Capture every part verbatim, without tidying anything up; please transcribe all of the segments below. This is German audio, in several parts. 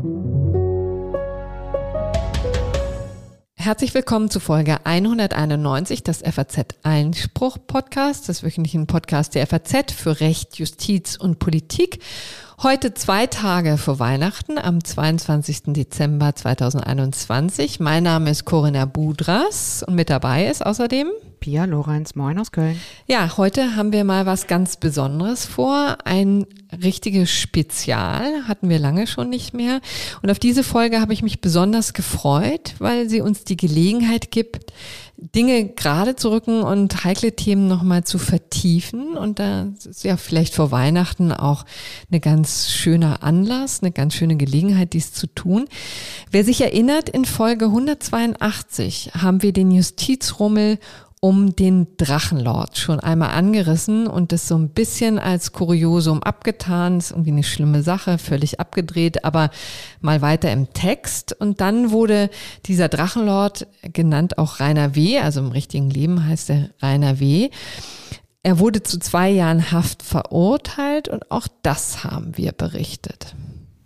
Herzlich willkommen zu Folge hunderteinundneunzig des F A Z-Einspruch-Podcasts, des wöchentlichen Podcasts der F A Z für Recht, Justiz und Politik. Heute zwei Tage vor Weihnachten, am zweiundzwanzigsten Dezember zweitausendeinundzwanzig. Mein Name ist Corinna Budras und mit dabei ist außerdem Pia Lorenz, moin aus Köln. Ja, heute haben wir mal was ganz Besonderes vor. Ein richtiges Spezial hatten wir lange schon nicht mehr. Und auf diese Folge habe ich mich besonders gefreut, weil sie uns die Gelegenheit gibt, Dinge gerade zu rücken und heikle Themen nochmal zu vertiefen. Und da ist ja vielleicht vor Weihnachten auch eine ganz schöner Anlass, eine ganz schöne Gelegenheit, dies zu tun. Wer sich erinnert, in Folge hundertzweiundachtzig haben wir den Justizrummel um den Drachenlord schon einmal angerissen und das so ein bisschen als Kuriosum abgetan. Das ist irgendwie eine schlimme Sache, völlig abgedreht, aber mal weiter im Text. Und dann wurde dieser Drachenlord, genannt auch Rainer W., also im richtigen Leben heißt er Rainer W., er wurde zu zwei Jahren Haft verurteilt und auch das haben wir berichtet.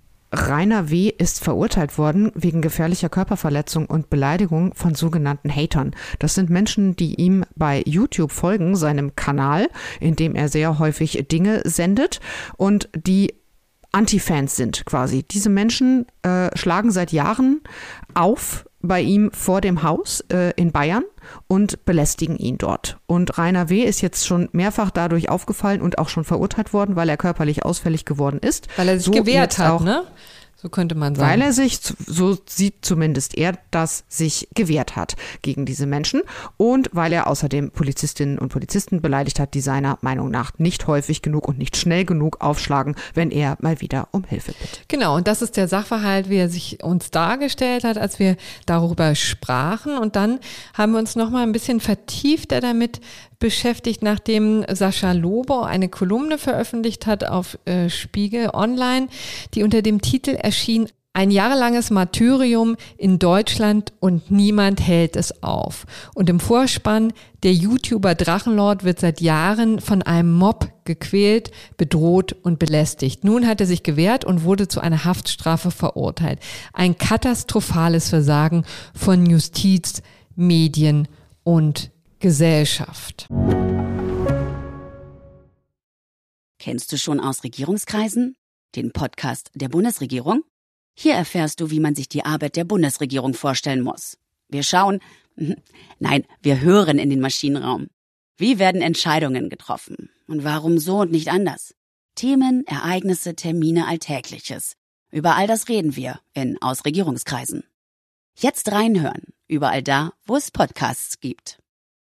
Rainer W. ist verurteilt worden wegen gefährlicher Körperverletzung und Beleidigung von sogenannten Hatern. Das sind Menschen, die ihm bei YouTube folgen, seinem Kanal, in dem er sehr häufig Dinge sendet und die Anti-Fans sind quasi. Diese Menschen äh, schlagen seit Jahren auf bei ihm vor dem Haus äh, in Bayern und belästigen ihn dort. Und Rainer W. ist jetzt schon mehrfach dadurch aufgefallen und auch schon verurteilt worden, weil er körperlich ausfällig geworden ist. Weil er sich so gewehrt hat, auch, ne? So könnte man sagen. Weil er sich, so sieht zumindest er, das sich gewehrt hat gegen diese Menschen und weil er außerdem Polizistinnen und Polizisten beleidigt hat, die seiner Meinung nach nicht häufig genug und nicht schnell genug aufschlagen, wenn er mal wieder um Hilfe bittet. Genau, und das ist der Sachverhalt, wie er sich uns dargestellt hat, als wir darüber sprachen. Und dann haben wir uns nochmal ein bisschen vertiefter damit beschäftigt, nachdem Sascha Lobo eine Kolumne veröffentlicht hat auf äh, Spiegel Online, die unter dem Titel erschien: Ein jahrelanges Martyrium in Deutschland und niemand hält es auf. Und im Vorspann: Der YouTuber Drachenlord wird seit Jahren von einem Mob gequält, bedroht und belästigt. Nun hat er sich gewehrt und wurde zu einer Haftstrafe verurteilt. Ein katastrophales Versagen von Justiz, Medien und Gesellschaft. Kennst du schon aus Regierungskreisen den Podcast der Bundesregierung? Hier erfährst du, wie man sich die Arbeit der Bundesregierung vorstellen muss. Wir schauen, nein, wir hören in den Maschinenraum. Wie werden Entscheidungen getroffen? Und warum so und nicht anders? Themen, Ereignisse, Termine, Alltägliches. Über all das reden wir in Aus Regierungskreisen. Jetzt reinhören, überall da, wo es Podcasts gibt.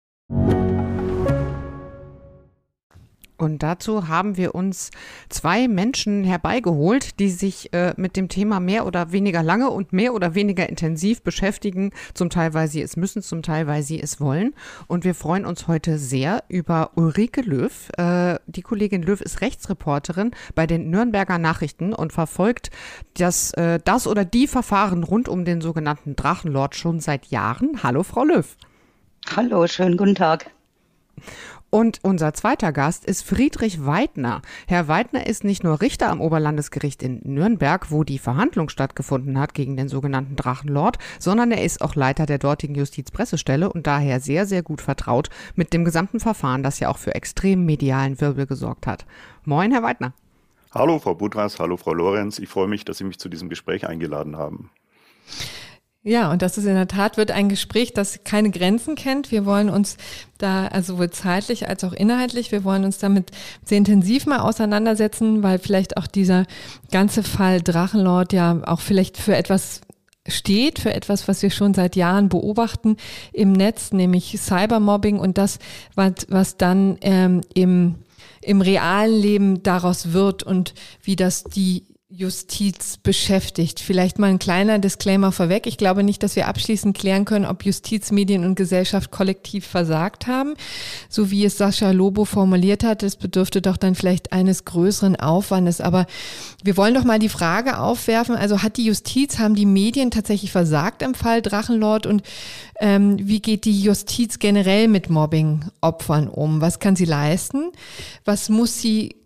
Und dazu haben wir uns zwei Menschen herbeigeholt, die sich äh, mit dem Thema mehr oder weniger lange und mehr oder weniger intensiv beschäftigen. Zum Teil, weil sie es müssen, zum Teil, weil sie es wollen. Und wir freuen uns heute sehr über Ulrike Löw. Äh, die Kollegin Löw ist Rechtsreporterin bei den Nürnberger Nachrichten und verfolgt das, äh, das oder die Verfahren rund um den sogenannten Drachenlord schon seit Jahren. Hallo, Frau Löw. Hallo, schönen guten Tag. Und unser zweiter Gast ist Friedrich Weidner. Herr Weidner ist nicht nur Richter am Oberlandesgericht in Nürnberg, wo die Verhandlung stattgefunden hat gegen den sogenannten Drachenlord, sondern er ist auch Leiter der dortigen Justizpressestelle und daher sehr, sehr gut vertraut mit dem gesamten Verfahren, das ja auch für extrem medialen Wirbel gesorgt hat. Moin, Herr Weidner. Hallo, Frau Budras, hallo, Frau Lorenz. Ich freue mich, dass Sie mich zu diesem Gespräch eingeladen haben. Ja, und das ist in der Tat wird ein Gespräch, das keine Grenzen kennt. Wir wollen uns da, also sowohl zeitlich als auch inhaltlich, wir wollen uns damit sehr intensiv mal auseinandersetzen, weil vielleicht auch dieser ganze Fall Drachenlord ja auch vielleicht für etwas steht, für etwas, was wir schon seit Jahren beobachten im Netz, nämlich Cybermobbing und das, was, was dann ähm, im, im realen Leben daraus wird und wie das die Justiz beschäftigt. Vielleicht mal ein kleiner Disclaimer vorweg. Ich glaube nicht, dass wir abschließend klären können, ob Justiz, Medien und Gesellschaft kollektiv versagt haben, so wie es Sascha Lobo formuliert hat. Das bedürfte doch dann vielleicht eines größeren Aufwandes. Aber wir wollen doch mal die Frage aufwerfen, also hat die Justiz, haben die Medien tatsächlich versagt im Fall Drachenlord und ähm, wie geht die Justiz generell mit Mobbing-Opfern um? Was kann sie leisten? Was muss sie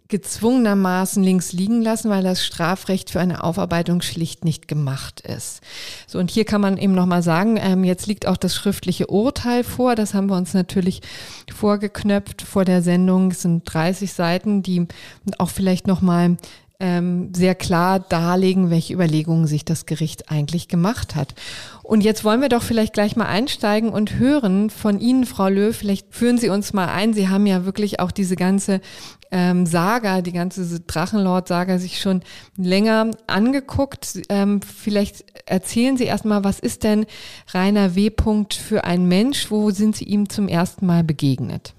gezwungenermaßen links liegen lassen, weil das Strafrecht für eine Aufarbeitung schlicht nicht gemacht ist. So, und hier kann man eben nochmal sagen, ähm, jetzt liegt auch das schriftliche Urteil vor. Das haben wir uns natürlich vorgeknöpft vor der Sendung. Es sind dreißig Seiten, die auch vielleicht nochmal ähm, sehr klar darlegen, welche Überlegungen sich das Gericht eigentlich gemacht hat. Und jetzt wollen wir doch vielleicht gleich mal einsteigen und hören von Ihnen, Frau Löw, vielleicht führen Sie uns mal ein. Sie haben ja wirklich auch diese ganze ähm, Saga, die ganze Drachenlord-Saga sich schon länger angeguckt. Ähm, vielleicht erzählen Sie erstmal, was ist denn Rainer W. für ein Mensch? Wo sind Sie ihm zum ersten Mal begegnet?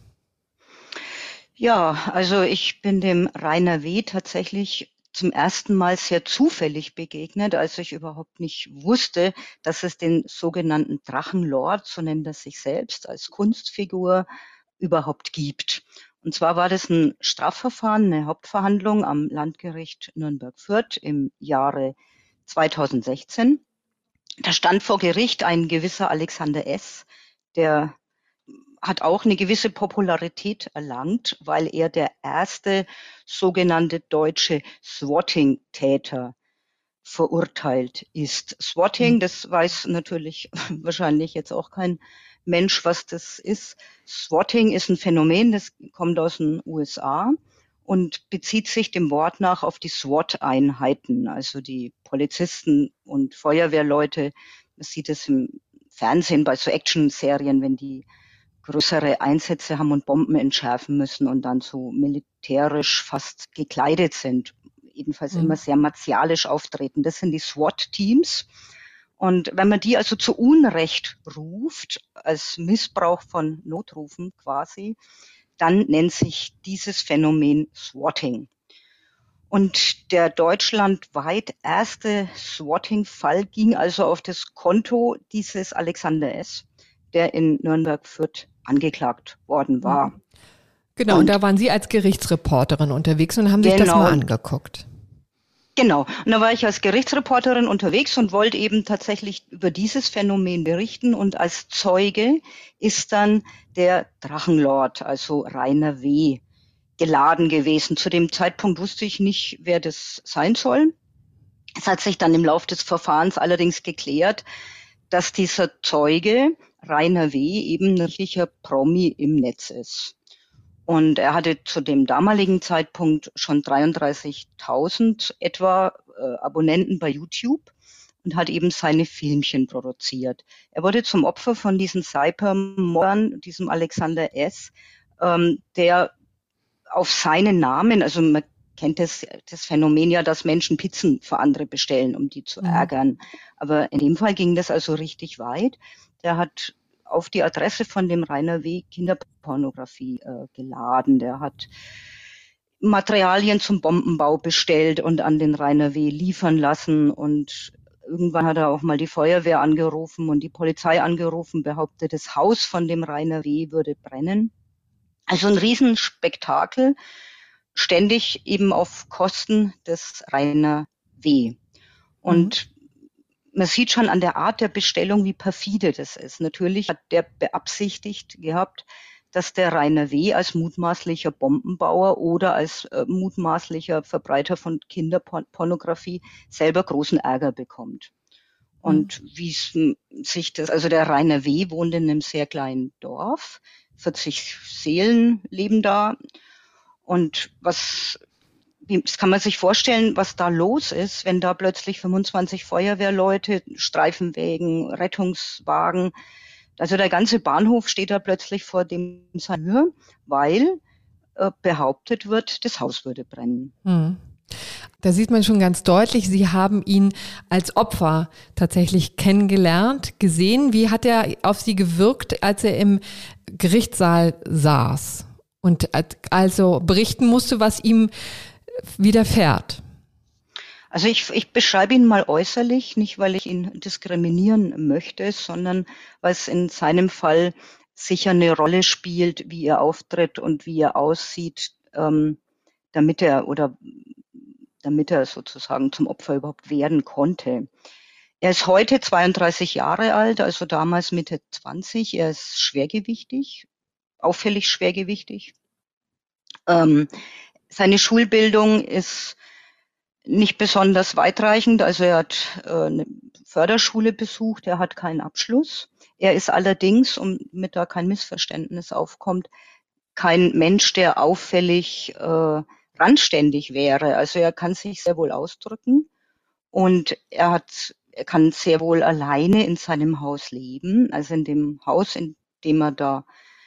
Ja, also ich bin dem Rainer W. tatsächlich zum ersten Mal sehr zufällig begegnet, als ich überhaupt nicht wusste, dass es den sogenannten Drachenlord, so nennt er sich selbst, als Kunstfigur überhaupt gibt. Und zwar war das ein Strafverfahren, eine Hauptverhandlung am Landgericht Nürnberg-Fürth im Jahre zweitausendsechzehn. Da stand vor Gericht ein gewisser Alexander S., der hat auch eine gewisse Popularität erlangt, weil er der erste sogenannte deutsche Swatting-Täter verurteilt ist. Swatting, das weiß natürlich wahrscheinlich jetzt auch kein Mensch, was das ist. Swatting ist ein Phänomen, das kommt aus den U S A und bezieht sich dem Wort nach auf die SWAT-Einheiten, also die Polizisten und Feuerwehrleute. Man sieht es im Fernsehen bei so Action-Serien, wenn die größere Einsätze haben und Bomben entschärfen müssen und dann so militärisch fast gekleidet sind. Jedenfalls mhm. immer sehr martialisch auftreten. Das sind die SWAT-Teams. Und wenn man die also zu Unrecht ruft, als Missbrauch von Notrufen quasi, dann nennt sich dieses Phänomen Swatting. Und der deutschlandweit erste Swatting-Fall ging also auf das Konto dieses Alexander S., der in Nürnberg-Fürth angeklagt worden war. Genau, und, und da waren Sie als Gerichtsreporterin unterwegs und haben sich genau, das mal angeguckt. Genau, und da war ich als Gerichtsreporterin unterwegs und wollte eben tatsächlich über dieses Phänomen berichten. Und als Zeuge ist dann der Drachenlord, also Rainer W., geladen gewesen. Zu dem Zeitpunkt wusste ich nicht, wer das sein soll. Es hat sich dann im Laufe des Verfahrens allerdings geklärt, dass dieser Zeuge, Rainer W., eben ein richtiger Promi im Netz ist. Und er hatte zu dem damaligen Zeitpunkt schon dreiunddreißigtausend etwa äh, Abonnenten bei YouTube und hat eben seine Filmchen produziert. Er wurde zum Opfer von diesen Cybermordern, diesem Alexander S., ähm, der auf seinen Namen, also man kennt das, das Phänomen ja, dass Menschen Pizzen für andere bestellen, um die zu ärgern. Aber in dem Fall ging das also richtig weit. Der hat auf die Adresse von dem Rainer W. Kinderpornografie äh, geladen. Der hat Materialien zum Bombenbau bestellt und an den Rainer W. liefern lassen. Und irgendwann hat er auch mal die Feuerwehr angerufen und die Polizei angerufen, behauptet, das Haus von dem Rainer W. würde brennen. Also ein Riesenspektakel, ständig eben auf Kosten des Rainer W. Und mhm. man sieht schon an der Art der Bestellung, wie perfide das ist. Natürlich hat der beabsichtigt gehabt, dass der Rainer W. als mutmaßlicher Bombenbauer oder als äh, mutmaßlicher Verbreiter von Kinderpornografie selber großen Ärger bekommt. Und mhm. wie sich das, also der Rainer W. wohnt in einem sehr kleinen Dorf, vierzig Seelen leben da. Und was, das kann man sich vorstellen, was da los ist, wenn da plötzlich fünfundzwanzig Feuerwehrleute, Streifenwägen, Rettungswagen, also der ganze Bahnhof steht da plötzlich vor dem Tür, weil äh, behauptet wird, das Haus würde brennen. Hm. Da sieht man schon ganz deutlich, Sie haben ihn als Opfer tatsächlich kennengelernt, gesehen. Wie hat er auf Sie gewirkt, als er im Gerichtssaal saß und also berichten musste, was ihm widerfährt? Also ich, ich beschreibe ihn mal äußerlich, nicht weil ich ihn diskriminieren möchte, sondern weil es in seinem Fall sicher eine Rolle spielt, wie er auftritt und wie er aussieht, ähm, damit er oder damit er sozusagen zum Opfer überhaupt werden konnte. Er ist heute zweiunddreißig Jahre alt, also damals Mitte zwanzig. Er ist schwergewichtig, auffällig schwergewichtig. Ähm, seine Schulbildung ist nicht besonders weitreichend. Also er hat äh, eine Förderschule besucht, er hat keinen Abschluss. Er ist allerdings, um damit da kein Missverständnis aufkommt, kein Mensch, der auffällig äh, randständig wäre. Also er kann sich sehr wohl ausdrücken und er hat, er kann sehr wohl alleine in seinem Haus leben. Also in dem Haus, in dem er da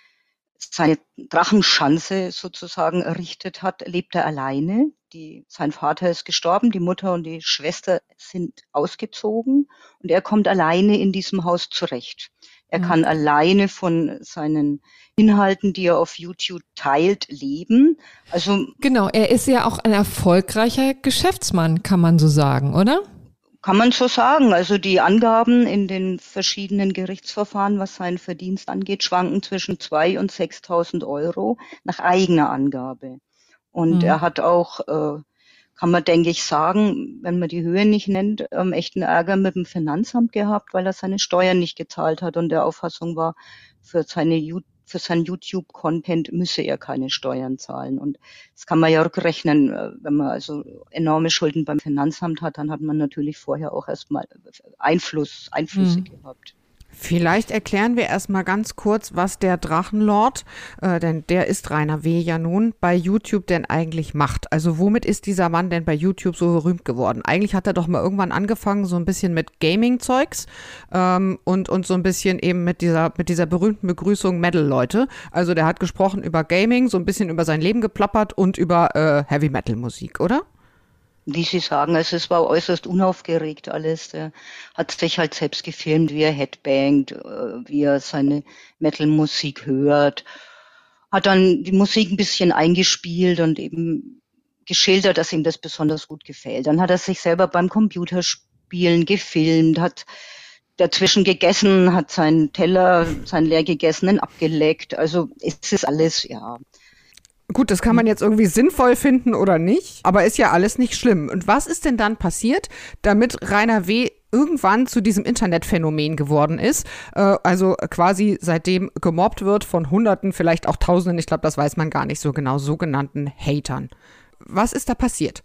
seine Drachenschanze sozusagen errichtet hat, lebt er alleine. Die, sein Vater ist gestorben, die Mutter und die Schwester sind ausgezogen und er kommt alleine in diesem Haus zurecht. Er mhm. kann alleine von seinen Inhalten, die er auf YouTube teilt, leben. Also genau, er ist ja auch ein erfolgreicher Geschäftsmann, kann man so sagen, oder? Kann man so sagen. Also die Angaben in den verschiedenen Gerichtsverfahren, was seinen Verdienst angeht, schwanken zwischen zweitausend und sechstausend Euro nach eigener Angabe. Und mhm. er hat auch, äh, kann man denke ich sagen, wenn man die Höhe nicht nennt, ähm, echten Ärger mit dem Finanzamt gehabt, weil er seine Steuern nicht gezahlt hat und der Auffassung war, für seine YouTube für seinen YouTube-Content müsse er keine Steuern zahlen. Und das kann man ja rückrechnen. Wenn man also enorme Schulden beim Finanzamt hat, dann hat man natürlich vorher auch erstmal Einfluss, Einflüsse hm. gehabt. Vielleicht erklären wir erstmal ganz kurz, was der Drachenlord, äh, denn der ist Rainer W. ja nun, bei YouTube denn eigentlich macht. Also womit ist dieser Mann denn bei YouTube so berühmt geworden? Eigentlich hat er doch mal irgendwann angefangen, so ein bisschen mit Gaming-Zeugs ähm, und, und so ein bisschen eben mit dieser, mit dieser berühmten Begrüßung Metal-Leute. Also der hat gesprochen über Gaming, so ein bisschen über sein Leben geplappert und über äh, Heavy-Metal-Musik, oder? Wie Sie sagen, also es war äußerst unaufgeregt alles. Der hat sich halt selbst gefilmt, wie er headbangt, wie er seine Metal-Musik hört. Hat dann die Musik ein bisschen eingespielt und eben geschildert, dass ihm das besonders gut gefällt. Dann hat er sich selber beim Computerspielen gefilmt, hat dazwischen gegessen, hat seinen Teller, seinen leer gegessenen abgeleckt. Also es ist alles, ja... Gut, das kann man jetzt irgendwie sinnvoll finden oder nicht, aber ist ja alles nicht schlimm. Und was ist denn dann passiert, damit Rainer W. irgendwann zu diesem Internetphänomen geworden ist, äh, also quasi seitdem gemobbt wird von Hunderten, vielleicht auch Tausenden, ich glaube, das weiß man gar nicht so genau, sogenannten Hatern. Was ist da passiert?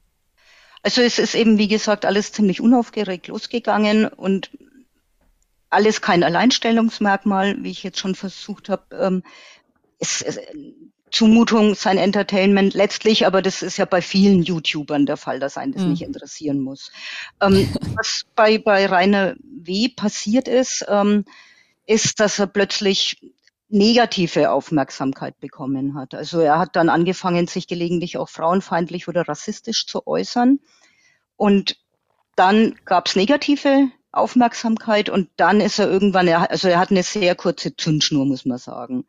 Also es ist eben, wie gesagt, alles ziemlich unaufgeregt losgegangen und alles kein Alleinstellungsmerkmal, wie ich jetzt schon versucht habe. Ähm, es, es Zumutung, sein Entertainment letztlich, aber das ist ja bei vielen YouTubern der Fall, dass einen das mhm. nicht interessieren muss. Ähm, was bei, bei Rainer W. passiert ist, ähm, ist, dass er plötzlich negative Aufmerksamkeit bekommen hat. Also er hat dann angefangen, sich gelegentlich auch frauenfeindlich oder rassistisch zu äußern. Und dann gab es negative Aufmerksamkeit und dann ist er irgendwann, also er hat eine sehr kurze Zündschnur, muss man sagen.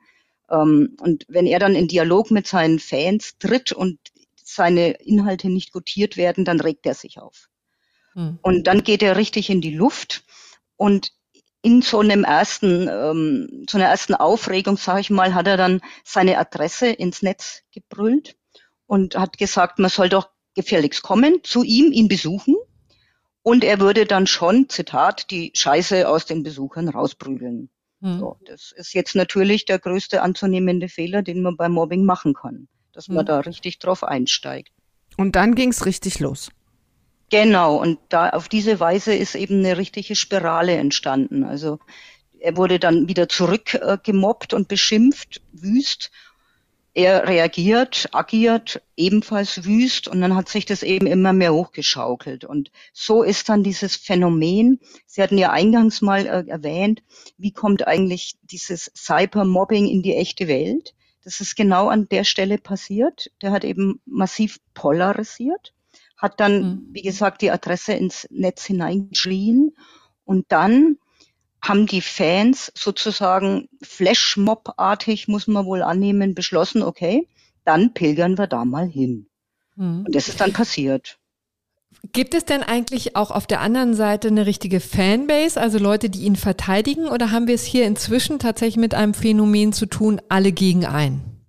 Und wenn er dann in Dialog mit seinen Fans tritt und seine Inhalte nicht gutiert werden, dann regt er sich auf. Hm. Und dann geht er richtig in die Luft. Und in so einem ersten, ähm, so einer ersten Aufregung, sage ich mal, hat er dann seine Adresse ins Netz gebrüllt und hat gesagt, man soll doch gefälligst kommen zu ihm, ihn besuchen. Und er würde dann schon, Zitat, die Scheiße aus den Besuchern rausprügeln. Hm. So, das ist jetzt natürlich der größte anzunehmende Fehler, den man beim Mobbing machen kann, dass hm. man da richtig drauf einsteigt. Und dann ging's richtig los. Genau, und da auf diese Weise ist eben eine richtige Spirale entstanden. Also er wurde dann wieder zurück äh, gemobbt und beschimpft, wüst. Er reagiert, agiert ebenfalls wüst und dann hat sich das eben immer mehr hochgeschaukelt. Und so ist dann dieses Phänomen, Sie hatten ja eingangs mal äh, erwähnt, wie kommt eigentlich dieses Cybermobbing in die echte Welt? Das ist genau an der Stelle passiert. Der hat eben massiv polarisiert, hat dann, mhm. wie gesagt, die Adresse ins Netz hineingeschrien und dann haben die Fans sozusagen Flashmob-artig, muss man wohl annehmen, beschlossen, okay, dann pilgern wir da mal hin. Mhm. Und das ist dann passiert. Gibt es denn eigentlich auch auf der anderen Seite eine richtige Fanbase, also Leute, die ihn verteidigen, oder haben wir es hier inzwischen tatsächlich mit einem Phänomen zu tun, alle gegen einen?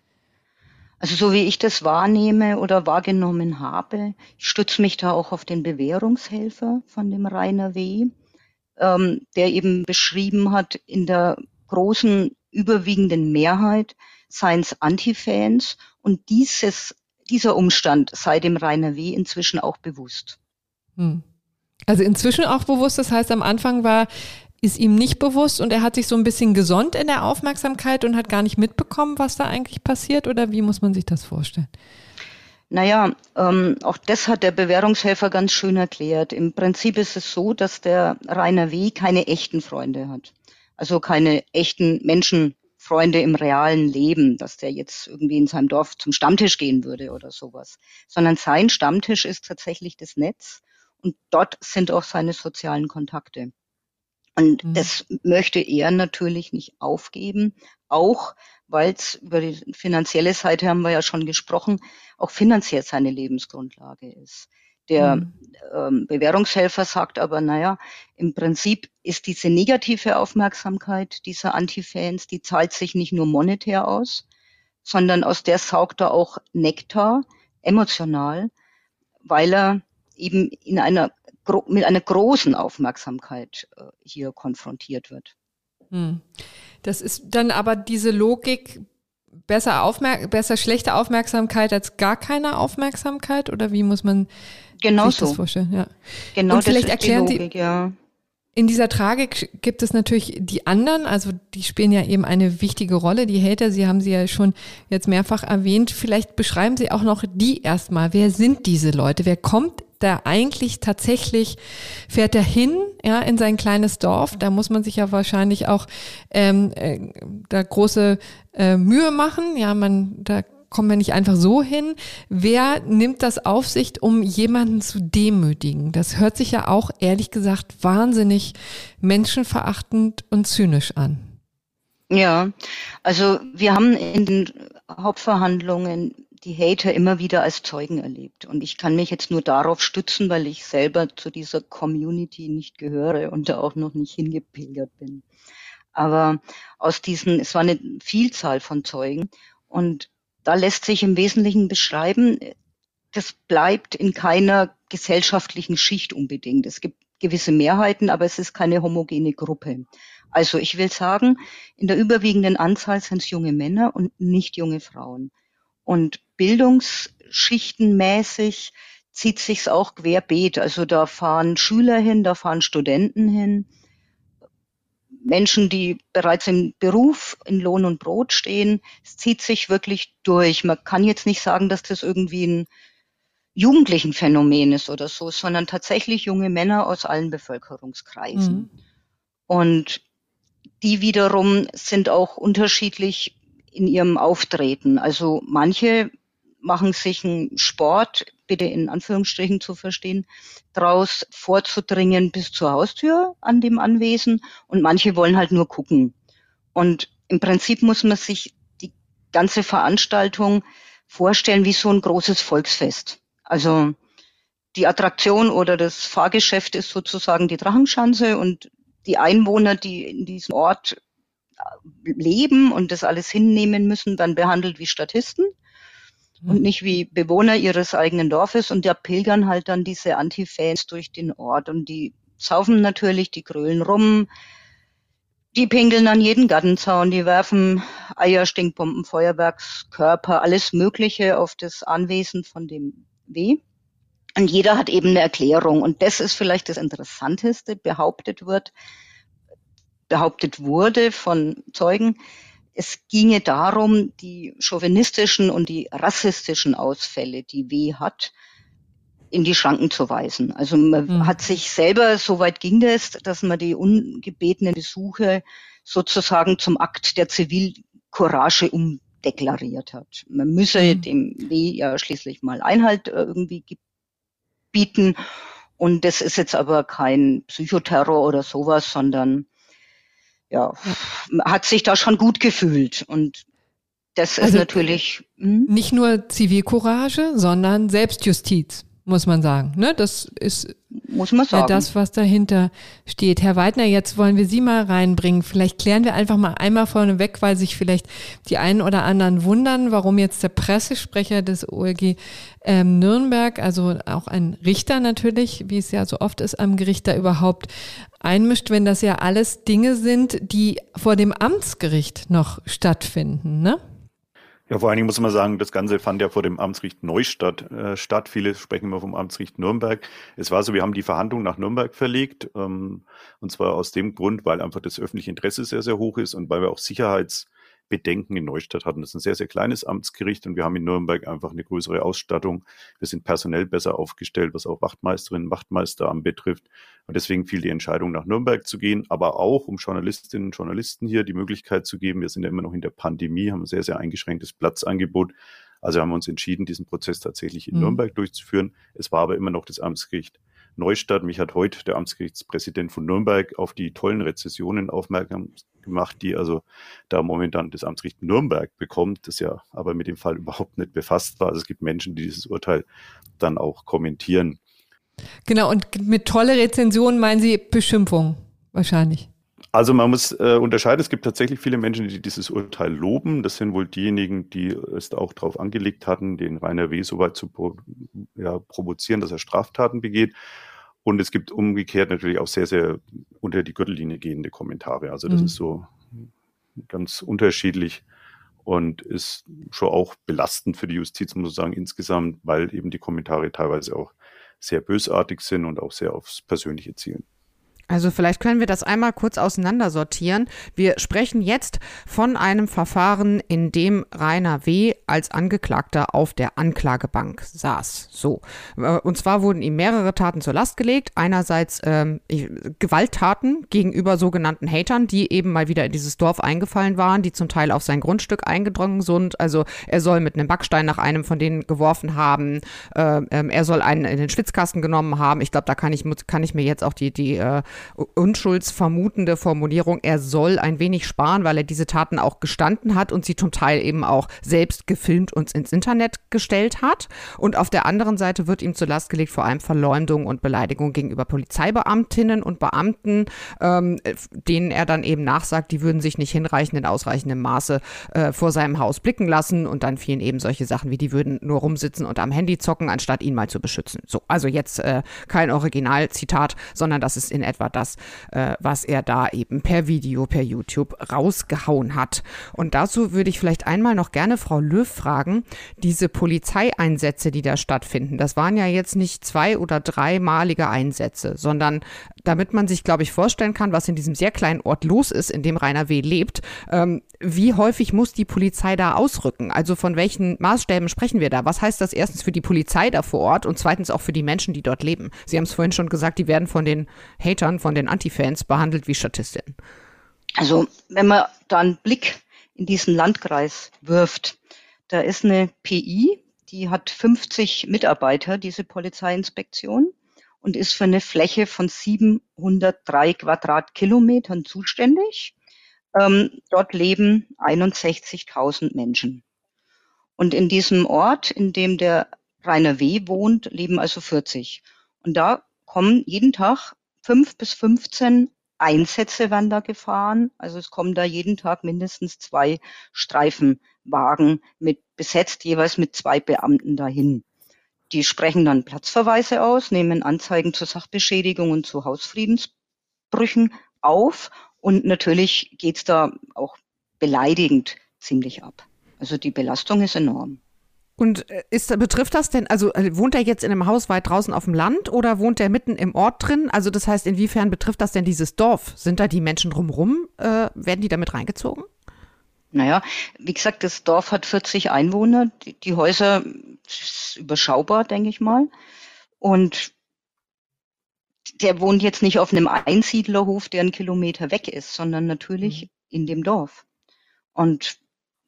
Also so wie ich das wahrnehme oder wahrgenommen habe, ich stütze mich da auch auf den Bewährungshelfer von dem Rainer W., ähm, der eben beschrieben hat, in der großen, überwiegenden Mehrheit seien es Anti-Fans und dieses dieser Umstand sei dem Rainer W. inzwischen auch bewusst. Hm. Also inzwischen auch bewusst, das heißt, am Anfang war, ist ihm nicht bewusst und er hat sich so ein bisschen gesonnt in der Aufmerksamkeit und hat gar nicht mitbekommen, was da eigentlich passiert, oder wie muss man sich das vorstellen? Naja, ähm, auch das hat der Bewährungshelfer ganz schön erklärt. Im Prinzip ist es so, dass der Rainer W. keine echten Freunde hat. Also keine echten Menschenfreunde im realen Leben, dass der jetzt irgendwie in seinem Dorf zum Stammtisch gehen würde oder sowas. Sondern sein Stammtisch ist tatsächlich das Netz und dort sind auch seine sozialen Kontakte. Und mhm. das möchte er natürlich nicht aufgeben, auch weil es über die finanzielle Seite haben wir ja schon gesprochen, auch finanziell seine Lebensgrundlage ist. Der mhm. ähm, Bewährungshelfer sagt aber, naja, im Prinzip ist diese negative Aufmerksamkeit dieser Anti-Fans, die zahlt sich nicht nur monetär aus, sondern aus der saugt er auch Nektar, emotional, weil er eben in einer mit einer großen Aufmerksamkeit äh, hier konfrontiert wird. Hm. Das ist dann aber diese Logik, besser, Aufmerk- besser schlechte Aufmerksamkeit als gar keine Aufmerksamkeit, oder wie muss man genau sich das so. vorstellen? Ja. Genau, und vielleicht das ist erklären die Logik, Sie, ja. In dieser Tragik gibt es natürlich die anderen, also die spielen ja eben eine wichtige Rolle, die Hater, Sie haben sie ja schon jetzt mehrfach erwähnt. Vielleicht beschreiben Sie auch noch die erstmal. Wer sind diese Leute? Wer kommt da eigentlich tatsächlich, fährt er hin, ja, in sein kleines Dorf? Da muss man sich ja wahrscheinlich auch ähm, äh, da große äh, Mühe machen. Ja, man, da kommen wir nicht einfach so hin. Wer nimmt das auf sich, um jemanden zu demütigen? Das hört sich ja auch, ehrlich gesagt, wahnsinnig menschenverachtend und zynisch an. Ja, also wir haben in den Hauptverhandlungen die Hater immer wieder als Zeugen erlebt. Und ich kann mich jetzt nur darauf stützen, weil ich selber zu dieser Community nicht gehöre und da auch noch nicht hingepilgert bin. Aber aus diesen, es war eine Vielzahl von Zeugen und da lässt sich im Wesentlichen beschreiben, das bleibt in keiner gesellschaftlichen Schicht unbedingt. Es gibt gewisse Mehrheiten, aber es ist keine homogene Gruppe. Also ich will sagen, in der überwiegenden Anzahl sind es junge Männer und nicht junge Frauen. Und bildungsschichtenmäßig zieht sich's auch querbeet. Also da fahren Schüler hin, da fahren Studenten hin. Menschen, die bereits im Beruf in Lohn und Brot stehen. Es zieht sich wirklich durch. Man kann jetzt nicht sagen, dass das irgendwie ein jugendlichen Phänomen ist oder so, sondern tatsächlich junge Männer aus allen Bevölkerungskreisen. Mhm. Und die wiederum sind auch unterschiedlich in ihrem Auftreten. Also manche machen sich einen Sport, bitte in Anführungsstrichen zu verstehen, draus vorzudringen bis zur Haustür an dem Anwesen und manche wollen halt nur gucken. Und im Prinzip muss man sich die ganze Veranstaltung vorstellen wie so ein großes Volksfest. Also die Attraktion oder das Fahrgeschäft ist sozusagen die Drachenschanze und die Einwohner, die in diesem Ort leben und das alles hinnehmen müssen, dann behandelt wie Statisten mhm. und nicht wie Bewohner ihres eigenen Dorfes. Und da pilgern halt dann diese Anti-Fans durch den Ort und die saufen natürlich, die grölen rum, die pinkeln an jeden Gartenzaun, die werfen Eier, Stinkbomben, Feuerwerkskörper, alles Mögliche auf das Anwesen von dem W. Und jeder hat eben eine Erklärung. Und das ist vielleicht das Interessanteste, behauptet wird, behauptet wurde von Zeugen, es ginge darum, die chauvinistischen und die rassistischen Ausfälle, die W. hat, in die Schranken zu weisen. Also man mhm. hat sich selber, so weit ging das, dass man die ungebetenen Besuche sozusagen zum Akt der Zivilcourage umdeklariert hat. Man müsse mhm. dem W. ja schließlich mal Einhalt irgendwie bieten. Und das ist jetzt aber kein Psychoterror oder sowas, sondern ja, ja, hat sich da schon gut gefühlt. Und das ist also natürlich mh? nicht nur Zivilcourage, sondern Selbstjustiz, muss man sagen. Ne? Das ist muss man sagen. Ja das, was dahinter steht. Herr Weidner, jetzt wollen wir Sie mal reinbringen. Vielleicht klären wir einfach mal einmal vorneweg, weil sich vielleicht die einen oder anderen wundern, warum jetzt der Pressesprecher des O L G ähm, Nürnberg, also auch ein Richter natürlich, wie es ja so oft ist am Gericht, da überhaupt einmischt, wenn das ja alles Dinge sind, die vor dem Amtsgericht noch stattfinden, ne? Ja, vor allen Dingen muss man sagen, das Ganze fand ja vor dem Amtsgericht Neustadt äh, statt. Viele sprechen immer vom Amtsgericht Nürnberg. Es war so, wir haben die Verhandlung nach Nürnberg verlegt, ähm, und zwar aus dem Grund, weil einfach das öffentliche Interesse sehr, sehr hoch ist und weil wir auch Sicherheitsbedenken in Neustadt hatten. Das ist ein sehr, sehr kleines Amtsgericht und wir haben in Nürnberg einfach eine größere Ausstattung. Wir sind personell besser aufgestellt, was auch Wachtmeisterinnen und Wachtmeister anbetrifft. Und deswegen fiel die Entscheidung, nach Nürnberg zu gehen, aber auch, um Journalistinnen und Journalisten hier die Möglichkeit zu geben, wir sind ja immer noch in der Pandemie, haben ein sehr, sehr eingeschränktes Platzangebot. Also haben wir uns entschieden, diesen Prozess tatsächlich in mhm. Nürnberg durchzuführen. Es war aber immer noch das Amtsgericht Neustadt. Mich hat heute der Amtsgerichtspräsident von Nürnberg auf die tollen Rezessionen aufmerksam gemacht, die also da momentan das Amtsgericht Nürnberg bekommt, das ja aber mit dem Fall überhaupt nicht befasst war. Also es gibt Menschen, die dieses Urteil dann auch kommentieren. Genau, und mit tolle Rezensionen meinen Sie Beschimpfung wahrscheinlich. Also man muss äh, unterscheiden, es gibt tatsächlich viele Menschen, die dieses Urteil loben. Das sind wohl diejenigen, die es auch darauf angelegt hatten, den Rainer W. so weit zu pro, ja, provozieren, dass er Straftaten begeht. Und es gibt umgekehrt natürlich auch sehr, sehr unter die Gürtellinie gehende Kommentare. Also das mhm. ist so ganz unterschiedlich und ist schon auch belastend für die Justiz, muss ich sagen, insgesamt, weil eben die Kommentare teilweise auch sehr bösartig sind und auch sehr aufs Persönliche zielen. Also vielleicht können wir das einmal kurz auseinandersortieren. Wir sprechen jetzt von einem Verfahren, in dem Rainer W. als Angeklagter auf der Anklagebank saß. So. Und zwar wurden ihm mehrere Taten zur Last gelegt. Einerseits ähm, Gewalttaten gegenüber sogenannten Hatern, die eben mal wieder in dieses Dorf eingefallen waren, die zum Teil auf sein Grundstück eingedrungen sind. Also er soll mit einem Backstein nach einem von denen geworfen haben. Äh, ähm, er soll einen in den Schwitzkasten genommen haben. Ich glaube, da kann ich, kann ich mir jetzt auch die, die äh, unschuldsvermutende Formulierung, er soll ein wenig sparen, weil er diese Taten auch gestanden hat und sie zum Teil eben auch selbst gefilmt und ins Internet gestellt hat. Und auf der anderen Seite wird ihm zur Last gelegt vor allem Verleumdung und Beleidigung gegenüber Polizeibeamtinnen und Beamten, ähm, denen er dann eben nachsagt, die würden sich nicht hinreichend in ausreichendem Maße äh, vor seinem Haus blicken lassen. Und dann fielen eben solche Sachen wie, die würden nur rumsitzen und am Handy zocken, anstatt ihn mal zu beschützen. So, also jetzt äh, kein Originalzitat, sondern das ist in etwa das, äh, was er da eben per Video, per YouTube rausgehauen hat. Und dazu würde ich vielleicht einmal noch gerne Frau Löw fragen, diese Polizeieinsätze, die da stattfinden, das waren ja jetzt nicht zwei- oder dreimalige Einsätze, sondern damit man sich, glaube ich, vorstellen kann, was in diesem sehr kleinen Ort los ist, in dem Rainer W. lebt, ähm, wie häufig muss die Polizei da ausrücken? Also von welchen Maßstäben sprechen wir da? Was heißt das erstens für die Polizei da vor Ort und zweitens auch für die Menschen, die dort leben? Sie haben es vorhin schon gesagt, die werden von den Hatern, von den Antifans behandelt wie Statistinnen. Also wenn man da einen Blick in diesen Landkreis wirft, da ist eine P I, die hat fünfzig Mitarbeiter, diese Polizeiinspektion, und ist für eine Fläche von siebenhundertdrei Quadratkilometern zuständig. Ähm, dort leben einundsechzigtausend Menschen. Und in diesem Ort, in dem der Rainer W. wohnt, leben also vierzig. Und da kommen jeden Tag fünf bis fünfzehn Einsätze werden da gefahren. Also es kommen da jeden Tag mindestens zwei Streifenwagen mit besetzt, jeweils mit zwei Beamten dahin. Die sprechen dann Platzverweise aus, nehmen Anzeigen zur Sachbeschädigung und zu Hausfriedensbrüchen auf. Und natürlich geht's da auch beleidigend ziemlich ab. Also die Belastung ist enorm. Und ist, betrifft das denn, also wohnt er jetzt in einem Haus weit draußen auf dem Land oder wohnt er mitten im Ort drin? Also das heißt, inwiefern betrifft das denn dieses Dorf? Sind da die Menschen drumherum? Äh, werden die damit reingezogen? Naja, wie gesagt, das Dorf hat vierzig Einwohner. Die, die Häuser ist überschaubar, denke ich mal. Und der wohnt jetzt nicht auf einem Einsiedlerhof, der einen Kilometer weg ist, sondern natürlich mhm. in dem Dorf. Und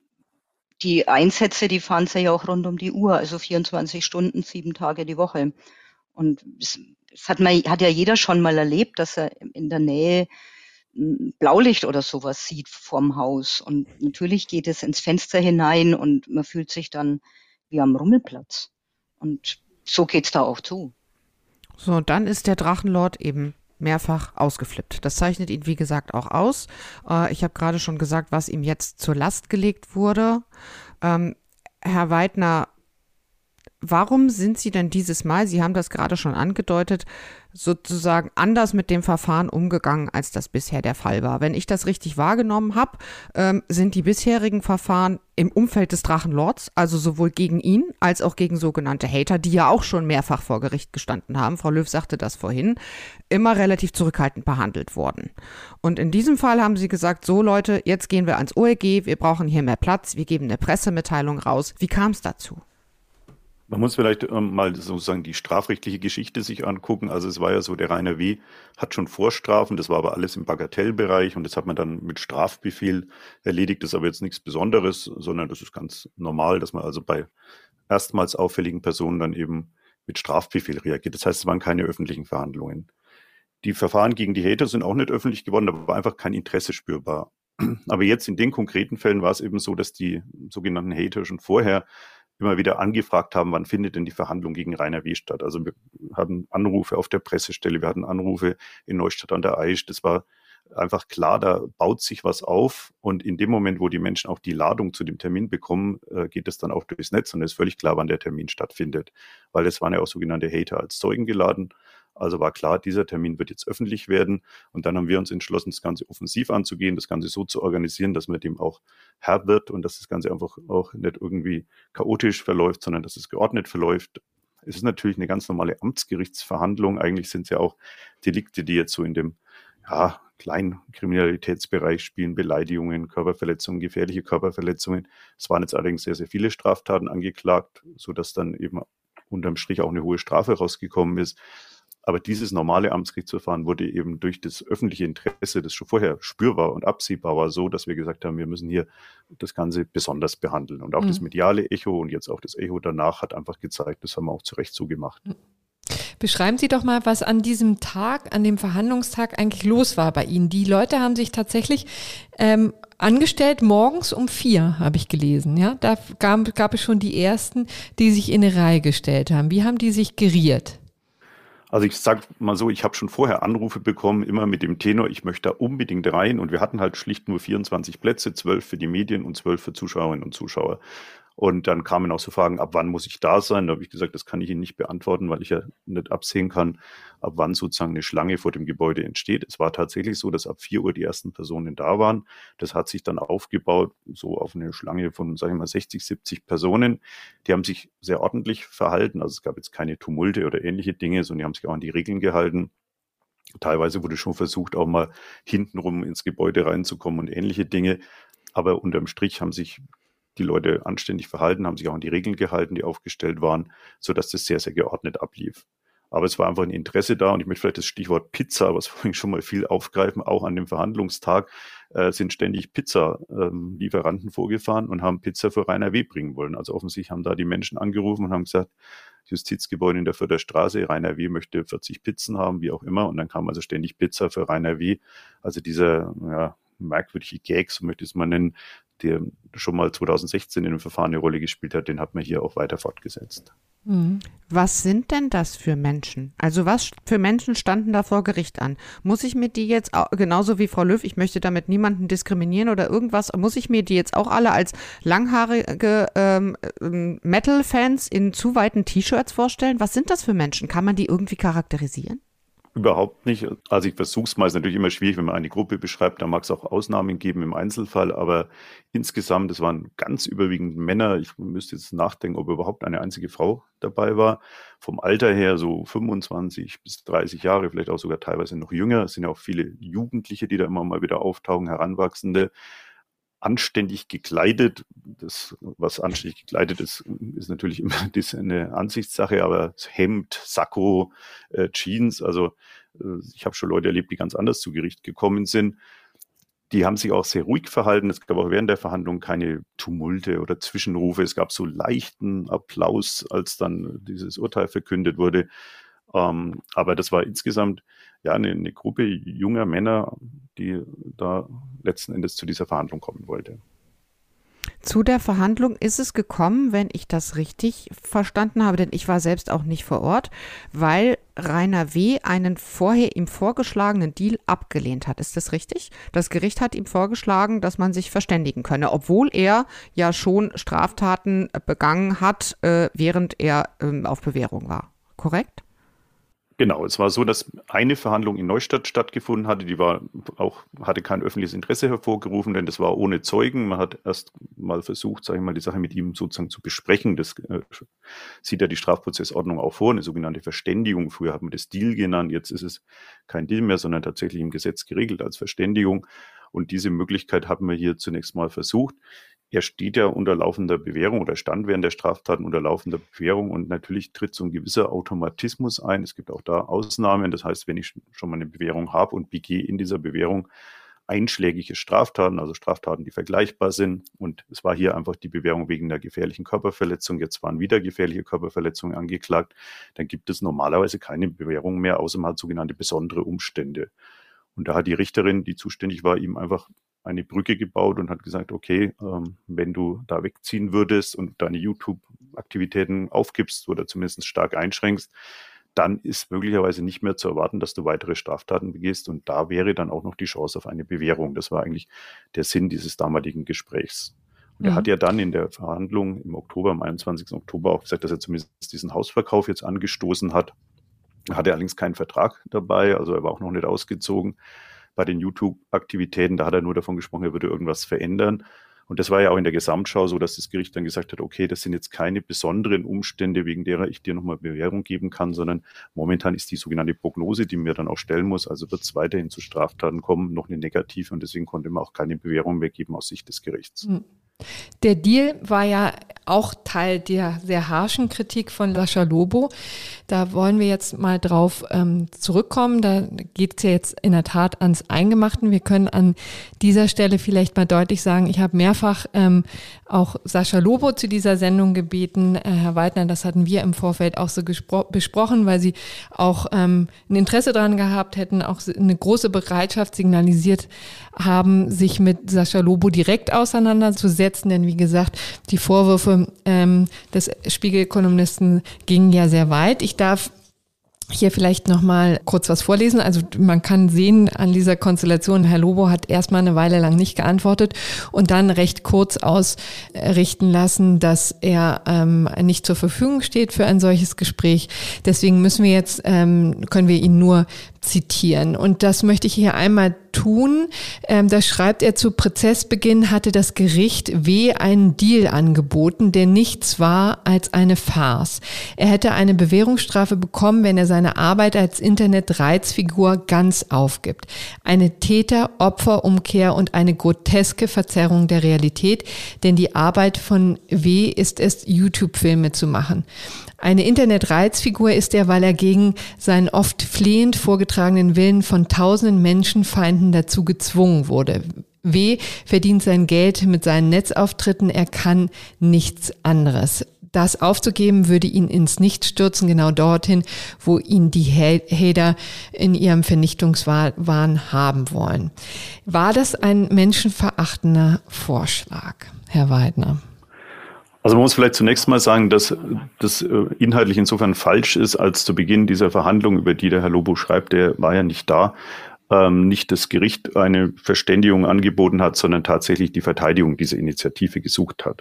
die Einsätze, die fahren sie ja auch rund um die Uhr, also vierundzwanzig Stunden, sieben Tage die Woche. Und es, es hat, man, hat ja jeder schon mal erlebt, dass er in der Nähe Blaulicht oder sowas sieht vorm Haus. Und natürlich geht es ins Fenster hinein und man fühlt sich dann wie am Rummelplatz. Und so geht's da auch zu. So, und dann ist der Drachenlord eben mehrfach ausgeflippt. Das zeichnet ihn, wie gesagt, auch aus. Äh, ich habe gerade schon gesagt, was ihm jetzt zur Last gelegt wurde. Ähm, Herr Weidner, warum sind Sie denn dieses Mal, Sie haben das gerade schon angedeutet, sozusagen anders mit dem Verfahren umgegangen, als das bisher der Fall war? Wenn ich das richtig wahrgenommen habe, ähm, sind die bisherigen Verfahren im Umfeld des Drachenlords, also sowohl gegen ihn als auch gegen sogenannte Hater, die ja auch schon mehrfach vor Gericht gestanden haben, Frau Löw sagte das vorhin, immer relativ zurückhaltend behandelt worden. Und in diesem Fall haben Sie gesagt, so Leute, jetzt gehen wir ans O L G, wir brauchen hier mehr Platz, wir geben eine Pressemitteilung raus. Wie kam es dazu? Man muss vielleicht ähm, mal sozusagen die strafrechtliche Geschichte sich angucken. Also es war ja so, der Rainer W. hat schon Vorstrafen, das war aber alles im Bagatellbereich und das hat man dann mit Strafbefehl erledigt. Das ist aber jetzt nichts Besonderes, sondern das ist ganz normal, dass man also bei erstmals auffälligen Personen dann eben mit Strafbefehl reagiert. Das heißt, es waren keine öffentlichen Verhandlungen. Die Verfahren gegen die Hater sind auch nicht öffentlich geworden, da war einfach kein Interesse spürbar. Aber jetzt in den konkreten Fällen war es eben so, dass die sogenannten Hater schon vorher immer wieder angefragt haben, wann findet denn die Verhandlung gegen Rainer W. statt. Also wir hatten Anrufe auf der Pressestelle, wir hatten Anrufe in Neustadt an der Aisch. Das war einfach klar, da baut sich was auf. Und in dem Moment, wo die Menschen auch die Ladung zu dem Termin bekommen, geht es dann auch durchs Netz und es ist völlig klar, wann der Termin stattfindet. Weil es waren ja auch sogenannte Hater als Zeugen geladen. Also war klar, dieser Termin wird jetzt öffentlich werden. Und dann haben wir uns entschlossen, das Ganze offensiv anzugehen, das Ganze so zu organisieren, dass man dem auch Herr wird und dass das Ganze einfach auch nicht irgendwie chaotisch verläuft, sondern dass es geordnet verläuft. Es ist natürlich eine ganz normale Amtsgerichtsverhandlung. Eigentlich sind es ja auch Delikte, die jetzt so in dem ja, kleinen Kriminalitätsbereich spielen, Beleidigungen, Körperverletzungen, gefährliche Körperverletzungen. Es waren jetzt allerdings sehr, sehr viele Straftaten angeklagt, sodass dann eben unterm Strich auch eine hohe Strafe rausgekommen ist. Aber dieses normale Amtsgerichtsverfahren wurde eben durch das öffentliche Interesse, das schon vorher spürbar und absehbar war, so, dass wir gesagt haben, wir müssen hier das Ganze besonders behandeln. Und auch mhm. das mediale Echo und jetzt auch das Echo danach hat einfach gezeigt, das haben wir auch zu Recht so gemacht. Beschreiben Sie doch mal, was an diesem Tag, an dem Verhandlungstag eigentlich los war bei Ihnen. Die Leute haben sich tatsächlich ähm, angestellt morgens um vier, habe ich gelesen. Ja, da gab, gab es schon die ersten, die sich in eine Reihe gestellt haben. Wie haben die sich geriert? Also ich sag mal so, ich habe schon vorher Anrufe bekommen, immer mit dem Tenor, ich möchte da unbedingt rein. Und wir hatten halt schlicht nur vierundzwanzig Plätze, zwölf für die Medien und zwölf für Zuschauerinnen und Zuschauer. Und dann kamen auch so Fragen, ab wann muss ich da sein? Da habe ich gesagt, das kann ich Ihnen nicht beantworten, weil ich ja nicht absehen kann, ab wann sozusagen eine Schlange vor dem Gebäude entsteht. Es war tatsächlich so, dass ab vier Uhr die ersten Personen da waren. Das hat sich dann aufgebaut, so auf eine Schlange von, sage ich mal, sechzig, siebzig Personen. Die haben sich sehr ordentlich verhalten. Also es gab jetzt keine Tumulte oder ähnliche Dinge, sondern die haben sich auch an die Regeln gehalten. Teilweise wurde schon versucht, auch mal hintenrum ins Gebäude reinzukommen und ähnliche Dinge. Aber unterm Strich haben sich die Leute anständig verhalten, haben sich auch an die Regeln gehalten, die aufgestellt waren, sodass das sehr, sehr geordnet ablief. Aber es war einfach ein Interesse da und ich möchte vielleicht das Stichwort Pizza, was vorhin schon mal viel aufgreifen, auch an dem Verhandlungstag äh, sind ständig Pizza-Lieferanten ähm, vorgefahren und haben Pizza für Rainer W. bringen wollen. Also offensichtlich haben da die Menschen angerufen und haben gesagt, Justizgebäude in der Förderstraße, Rainer W. möchte vierzig Pizzen haben, wie auch immer. Und dann kam also ständig Pizza für Rainer W. Also dieser ja, merkwürdige Gag, so möchte ich es mal nennen, der schon mal zweitausendsechzehn in dem Verfahren eine Rolle gespielt hat, den hat man hier auch weiter fortgesetzt. Was sind denn das für Menschen? Also was für Menschen standen da vor Gericht an? Muss ich mir die jetzt, auch, genauso wie Frau Löw, ich möchte damit niemanden diskriminieren oder irgendwas, muss ich mir die jetzt auch alle als langhaarige ähm, Metal-Fans in zu weiten T-Shirts vorstellen? Was sind das für Menschen? Kann man die irgendwie charakterisieren? Überhaupt nicht. Also ich versuche es mal, ist natürlich immer schwierig, wenn man eine Gruppe beschreibt, da mag es auch Ausnahmen geben im Einzelfall, aber insgesamt, es waren ganz überwiegend Männer. Ich müsste jetzt nachdenken, ob überhaupt eine einzige Frau dabei war. Vom Alter her so fünfundzwanzig bis dreißig Jahre, vielleicht auch sogar teilweise noch jünger. Es sind ja auch viele Jugendliche, die da immer mal wieder auftauchen, Heranwachsende. Anständig gekleidet, das, was anständig gekleidet ist, ist natürlich immer das eine Ansichtssache, aber Hemd, Sakko, äh, Jeans, also äh, ich habe schon Leute erlebt, die ganz anders zu Gericht gekommen sind. Die haben sich auch sehr ruhig verhalten. Es gab auch während der Verhandlung keine Tumulte oder Zwischenrufe. Es gab so leichten Applaus, als dann dieses Urteil verkündet wurde. Ähm, aber das war insgesamt ja eine, eine Gruppe junger Männer, die da letzten Endes zu dieser Verhandlung kommen wollte. Zu der Verhandlung ist es gekommen, wenn ich das richtig verstanden habe, denn ich war selbst auch nicht vor Ort, weil Rainer W. einen vorher ihm vorgeschlagenen Deal abgelehnt hat. Ist das richtig? Das Gericht hat ihm vorgeschlagen, dass man sich verständigen könne, obwohl er ja schon Straftaten begangen hat, äh, während er ähm, auf Bewährung war. Korrekt? Genau, es war so, dass eine Verhandlung in Neustadt stattgefunden hatte, die war auch, hatte kein öffentliches Interesse hervorgerufen, denn das war ohne Zeugen. Man hat erst mal versucht, sage ich mal, die Sache mit ihm sozusagen zu besprechen. Das äh, sieht ja die Strafprozessordnung auch vor, eine sogenannte Verständigung. Früher hat man das Deal genannt, jetzt ist es kein Deal mehr, sondern tatsächlich im Gesetz geregelt als Verständigung. Und diese Möglichkeit haben wir hier zunächst mal versucht. Er steht ja unter laufender Bewährung oder stand während der Straftaten unter laufender Bewährung und natürlich tritt so ein gewisser Automatismus ein. Es gibt auch da Ausnahmen. Das heißt, wenn ich schon mal eine Bewährung habe und begehe in dieser Bewährung einschlägige Straftaten, also Straftaten, die vergleichbar sind. Und es war hier einfach die Bewährung wegen der gefährlichen Körperverletzung. Jetzt waren wieder gefährliche Körperverletzungen angeklagt. Dann gibt es normalerweise keine Bewährung mehr, außer man hat sogenannte besondere Umstände. Und da hat die Richterin, die zuständig war, ihm einfach eine Brücke gebaut und hat gesagt, okay, ähm, wenn du da wegziehen würdest und deine YouTube-Aktivitäten aufgibst oder zumindest stark einschränkst, dann ist möglicherweise nicht mehr zu erwarten, dass du weitere Straftaten begehst. Und da wäre dann auch noch die Chance auf eine Bewährung. Das war eigentlich der Sinn dieses damaligen Gesprächs. Und mhm. er hat ja dann in der Verhandlung im Oktober, am einundzwanzigsten Oktober auch gesagt, dass er zumindest diesen Hausverkauf jetzt angestoßen hat. Er hatte allerdings keinen Vertrag dabei, also er war auch noch nicht ausgezogen. Bei den YouTube-Aktivitäten, da hat er nur davon gesprochen, er würde irgendwas verändern. Und das war ja auch in der Gesamtschau so, dass das Gericht dann gesagt hat, okay, das sind jetzt keine besonderen Umstände, wegen derer ich dir nochmal Bewährung geben kann, sondern momentan ist die sogenannte Prognose, die mir dann auch stellen muss, also wird es weiterhin zu Straftaten kommen, noch eine negative und deswegen konnte man auch keine Bewährung mehr geben aus Sicht des Gerichts. Mhm. Der Deal war ja auch Teil der sehr harschen Kritik von Sascha Lobo. Da wollen wir jetzt mal drauf ähm, zurückkommen. Da geht es ja jetzt in der Tat ans Eingemachten. Wir können an dieser Stelle vielleicht mal deutlich sagen, ich habe mehrfach ähm, auch Sascha Lobo zu dieser Sendung gebeten. Äh, Herr Weidner, das hatten wir im Vorfeld auch so gespro- besprochen, weil Sie auch ähm, ein Interesse daran gehabt hätten, auch eine große Bereitschaft signalisiert haben, sich mit Sascha Lobo direkt auseinanderzusetzen. Denn wie gesagt, die Vorwürfe ähm, des Spiegel-Kolumnisten gingen ja sehr weit. Ich darf hier vielleicht nochmal kurz was vorlesen. Also man kann sehen an dieser Konstellation, Herr Lobo hat erstmal eine Weile lang nicht geantwortet und dann recht kurz ausrichten lassen, dass er ähm, nicht zur Verfügung steht für ein solches Gespräch. Deswegen müssen wir jetzt, ähm, können wir ihn nur zitieren. Und das möchte ich hier einmal tun. Ähm, da schreibt er, zu Prozessbeginn hatte das Gericht W. einen Deal angeboten, der nichts war als eine Farce. Er hätte eine Bewährungsstrafe bekommen, wenn er seine Arbeit als Internet-Reizfigur ganz aufgibt. Eine Täter-Opfer-Umkehr und eine groteske Verzerrung der Realität, denn die Arbeit von W. ist es, YouTube-Filme zu machen. Eine Internet-Reizfigur ist er, weil er gegen seinen oft flehend vorgetragenen Willen von tausenden Menschenfeinden dazu gezwungen wurde. W. verdient sein Geld mit seinen Netzauftritten, er kann nichts anderes. Das aufzugeben würde ihn ins Nichts stürzen, genau dorthin, wo ihn die Hater in ihrem Vernichtungswahn haben wollen. War das ein menschenverachtender Vorschlag, Herr Weidner? Also man muss vielleicht zunächst mal sagen, dass das inhaltlich insofern falsch ist, als zu Beginn dieser Verhandlung, über die der Herr Lobo schreibt, der war ja nicht da, ähm, nicht das Gericht eine Verständigung angeboten hat, sondern tatsächlich die Verteidigung dieser Initiative gesucht hat.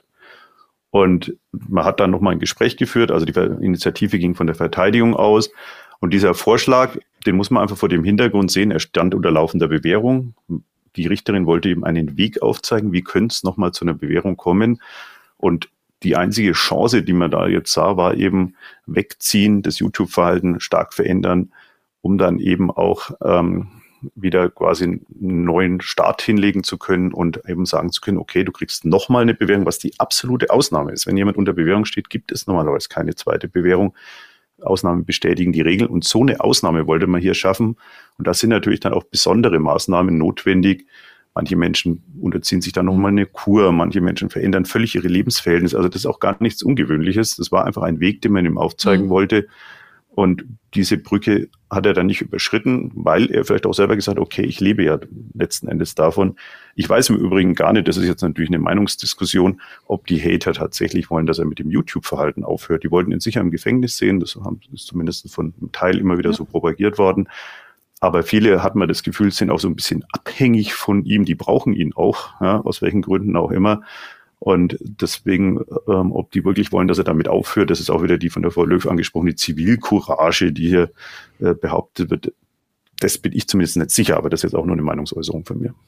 Und man hat dann nochmal ein Gespräch geführt, also die Initiative ging von der Verteidigung aus. Und dieser Vorschlag, den muss man einfach vor dem Hintergrund sehen, er stand unter laufender Bewährung. Die Richterin wollte ihm einen Weg aufzeigen, wie könnte es nochmal zu einer Bewährung kommen. Und die einzige Chance, die man da jetzt sah, war eben wegziehen, das YouTube-Verhalten stark verändern, um dann eben auch ähm, wieder quasi einen neuen Start hinlegen zu können und eben sagen zu können, okay, du kriegst nochmal eine Bewährung, was die absolute Ausnahme ist. Wenn jemand unter Bewährung steht, gibt es normalerweise keine zweite Bewährung. Ausnahmen bestätigen die Regel und so eine Ausnahme wollte man hier schaffen. Und da sind natürlich dann auch besondere Maßnahmen notwendig. Manche Menschen unterziehen sich dann nochmal eine Kur, manche Menschen verändern völlig ihre Lebensverhältnisse. Also das ist auch gar nichts Ungewöhnliches. Das war einfach ein Weg, den man ihm aufzeigen mhm. wollte. Und diese Brücke hat er dann nicht überschritten, weil er vielleicht auch selber gesagt hat, okay, ich lebe ja letzten Endes davon. Ich weiß im Übrigen gar nicht, das ist jetzt natürlich eine Meinungsdiskussion, ob die Hater tatsächlich wollen, dass er mit dem YouTube-Verhalten aufhört. Die wollten ihn sicher im Gefängnis sehen, das ist zumindest von einem Teil immer wieder ja. so propagiert worden. Aber viele, hat man das Gefühl, sind auch so ein bisschen abhängig von ihm, die brauchen ihn auch, ja, aus welchen Gründen auch immer. Und deswegen, ähm, ob die wirklich wollen, dass er damit aufhört, das ist auch wieder die von der Frau Löw angesprochene Zivilcourage, die hier äh, behauptet wird. Das bin ich zumindest nicht sicher, aber das ist jetzt auch nur eine Meinungsäußerung von mir.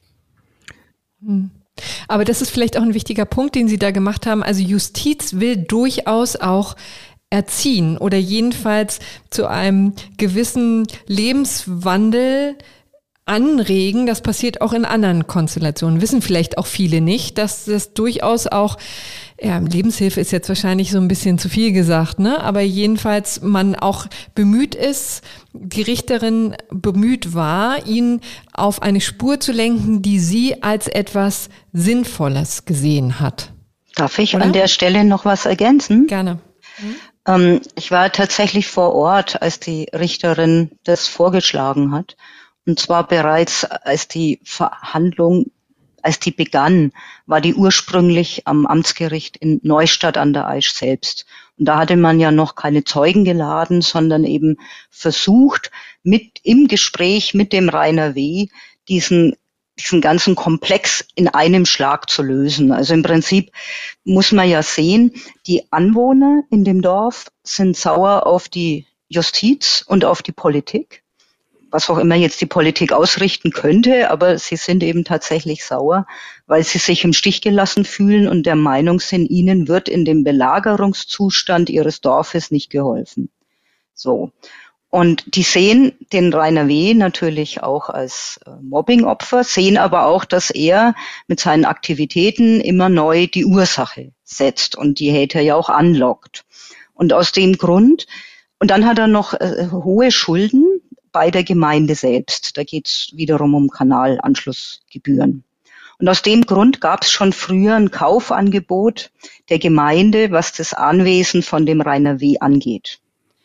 Aber das ist vielleicht auch ein wichtiger Punkt, den Sie da gemacht haben. Also Justiz will durchaus auch erziehen oder jedenfalls zu einem gewissen Lebenswandel anregen. Das passiert auch in anderen Konstellationen. Wissen vielleicht auch viele nicht, dass das durchaus auch, ja, Lebenshilfe ist jetzt wahrscheinlich so ein bisschen zu viel gesagt, ne? Aber jedenfalls man auch bemüht ist, die Richterin bemüht war, ihn auf eine Spur zu lenken, die sie als etwas Sinnvolles gesehen hat. Darf ich Oder? An der Stelle noch was ergänzen? Gerne. Mhm. Ähm, ich war tatsächlich vor Ort, als die Richterin das vorgeschlagen hat. Und zwar bereits, als die Verhandlung, als die begann, war die ursprünglich am Amtsgericht in Neustadt an der Aisch selbst. Und da hatte man ja noch keine Zeugen geladen, sondern eben versucht, mit im Gespräch mit dem Rainer W. diesen diesen ganzen Komplex in einem Schlag zu lösen. Also im Prinzip muss man ja sehen, die Anwohner in dem Dorf sind sauer auf die Justiz und auf die Politik, was auch immer jetzt die Politik ausrichten könnte, aber sie sind eben tatsächlich sauer, weil sie sich im Stich gelassen fühlen und der Meinung sind, ihnen wird in dem Belagerungszustand ihres Dorfes nicht geholfen. So. Und die sehen den Rainer W. natürlich auch als Mobbingopfer, sehen aber auch, dass er mit seinen Aktivitäten immer neu die Ursache setzt und die Hater ja auch anlockt. Und aus dem Grund, und dann hat er noch äh, hohe Schulden bei der Gemeinde selbst. Da geht es wiederum um Kanalanschlussgebühren. Und aus dem Grund gab es schon früher ein Kaufangebot der Gemeinde, was das Anwesen von dem Rainer W. angeht.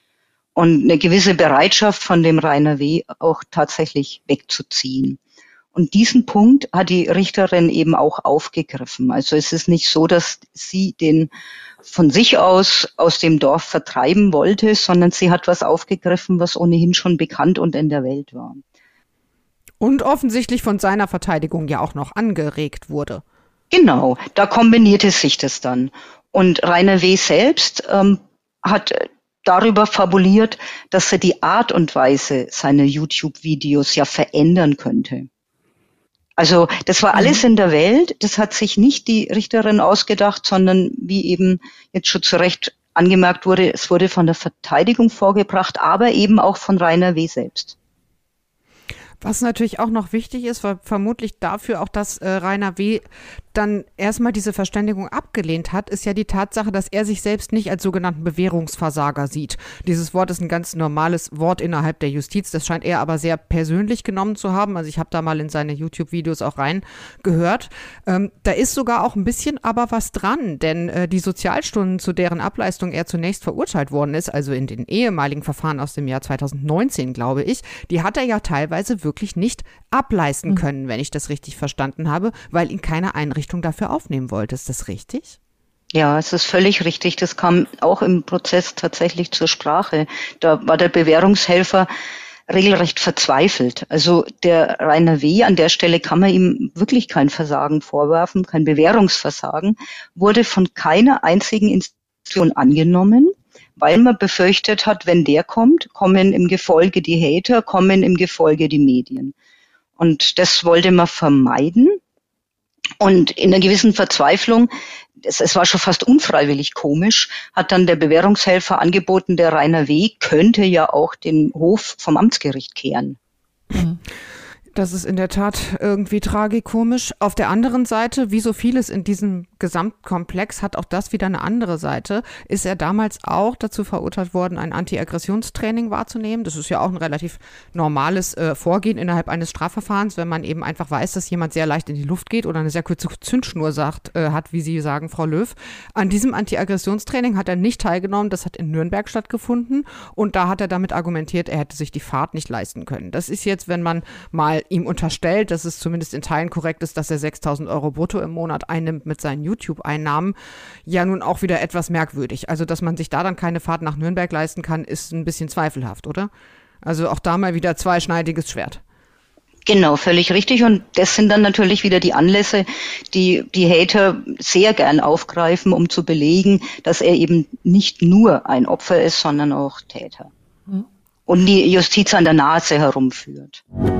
Und eine gewisse Bereitschaft von dem Rainer W. auch tatsächlich wegzuziehen. Und diesen Punkt hat die Richterin eben auch aufgegriffen. Also es ist nicht so, dass sie den von sich aus aus dem Dorf vertreiben wollte, sondern sie hat was aufgegriffen, was ohnehin schon bekannt und in der Welt war. Und offensichtlich von seiner Verteidigung ja auch noch angeregt wurde. Genau, da kombinierte sich das dann. Und Rainer W. selbst ähm, hat darüber fabuliert, dass er die Art und Weise seiner YouTube-Videos ja verändern könnte. Also das war alles in der Welt, das hat sich nicht die Richterin ausgedacht, sondern wie eben jetzt schon zu Recht angemerkt wurde, es wurde von der Verteidigung vorgebracht, aber eben auch von Rainer W. selbst. Was natürlich auch noch wichtig ist, war vermutlich dafür auch, dass äh, Rainer W. dann erstmal diese Verständigung abgelehnt hat, ist ja die Tatsache, dass er sich selbst nicht als sogenannten Bewährungsversager sieht. Dieses Wort ist ein ganz normales Wort innerhalb der Justiz, das scheint er aber sehr persönlich genommen zu haben. Also ich habe da mal in seine YouTube-Videos auch reingehört. Ähm, da ist sogar auch ein bisschen aber was dran, denn äh, die Sozialstunden, zu deren Ableistung er zunächst verurteilt worden ist, also in den ehemaligen Verfahren aus dem Jahr zweitausendneunzehn, glaube ich, die hat er ja teilweise wirklich nicht ableisten können, wenn ich das richtig verstanden habe, weil ihn keine Einrichtung dafür aufnehmen wollte. Ist das richtig? Ja, es ist völlig richtig. Das kam auch im Prozess tatsächlich zur Sprache. Da war der Bewährungshelfer regelrecht verzweifelt. Also der Rainer W., an der Stelle kann man ihm wirklich kein Versagen vorwerfen, kein Bewährungsversagen, wurde von keiner einzigen Institution angenommen, weil man befürchtet hat, wenn der kommt, kommen im Gefolge die Hater, kommen im Gefolge die Medien. Und das wollte man vermeiden. Und in einer gewissen Verzweiflung, es, es war schon fast unfreiwillig komisch, hat dann der Bewährungshelfer angeboten, der Rainer W. könnte ja auch den Hof vom Amtsgericht kehren. Mhm. Das ist in der Tat irgendwie tragikomisch. Auf der anderen Seite, wie so vieles in diesem Gesamtkomplex, hat auch das wieder eine andere Seite. Ist er damals auch dazu verurteilt worden, ein Anti-Aggressionstraining wahrzunehmen? Das ist ja auch ein relativ normales äh, Vorgehen innerhalb eines Strafverfahrens, wenn man eben einfach weiß, dass jemand sehr leicht in die Luft geht oder eine sehr kurze Zündschnur sagt, äh, hat, wie Sie sagen, Frau Löw. An diesem Anti-Aggressionstraining hat er nicht teilgenommen. Das hat in Nürnberg stattgefunden und da hat er damit argumentiert, er hätte sich die Fahrt nicht leisten können. Das ist jetzt, wenn man mal ihm unterstellt, dass es zumindest in Teilen korrekt ist, dass er sechstausend Euro brutto im Monat einnimmt mit seinen YouTube-Einnahmen, ja nun auch wieder etwas merkwürdig. Also, dass man sich da dann keine Fahrt nach Nürnberg leisten kann, ist ein bisschen zweifelhaft, oder? Also auch da mal wieder zweischneidiges Schwert. Genau, völlig richtig. Und das sind dann natürlich wieder die Anlässe, die die Hater sehr gern aufgreifen, um zu belegen, dass er eben nicht nur ein Opfer ist, sondern auch Täter. Hm. Und die Justiz an der Nase herumführt.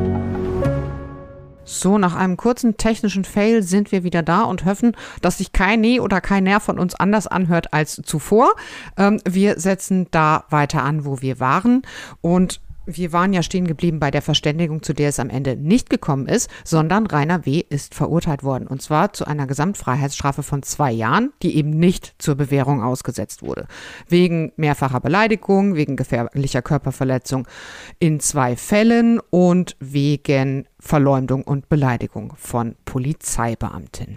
So, nach einem kurzen technischen Fail sind wir wieder da und hoffen, dass sich kein Nee oder kein Ner von uns anders anhört als zuvor. Ähm, wir setzen da weiter an, wo wir waren, und wir waren ja stehen geblieben bei der Verständigung, zu der es am Ende nicht gekommen ist, sondern Rainer W. ist verurteilt worden, und zwar zu einer Gesamtfreiheitsstrafe von zwei Jahren, die eben nicht zur Bewährung ausgesetzt wurde. Wegen mehrfacher Beleidigung, wegen gefährlicher Körperverletzung in zwei Fällen und wegen Verleumdung und Beleidigung von Polizeibeamten.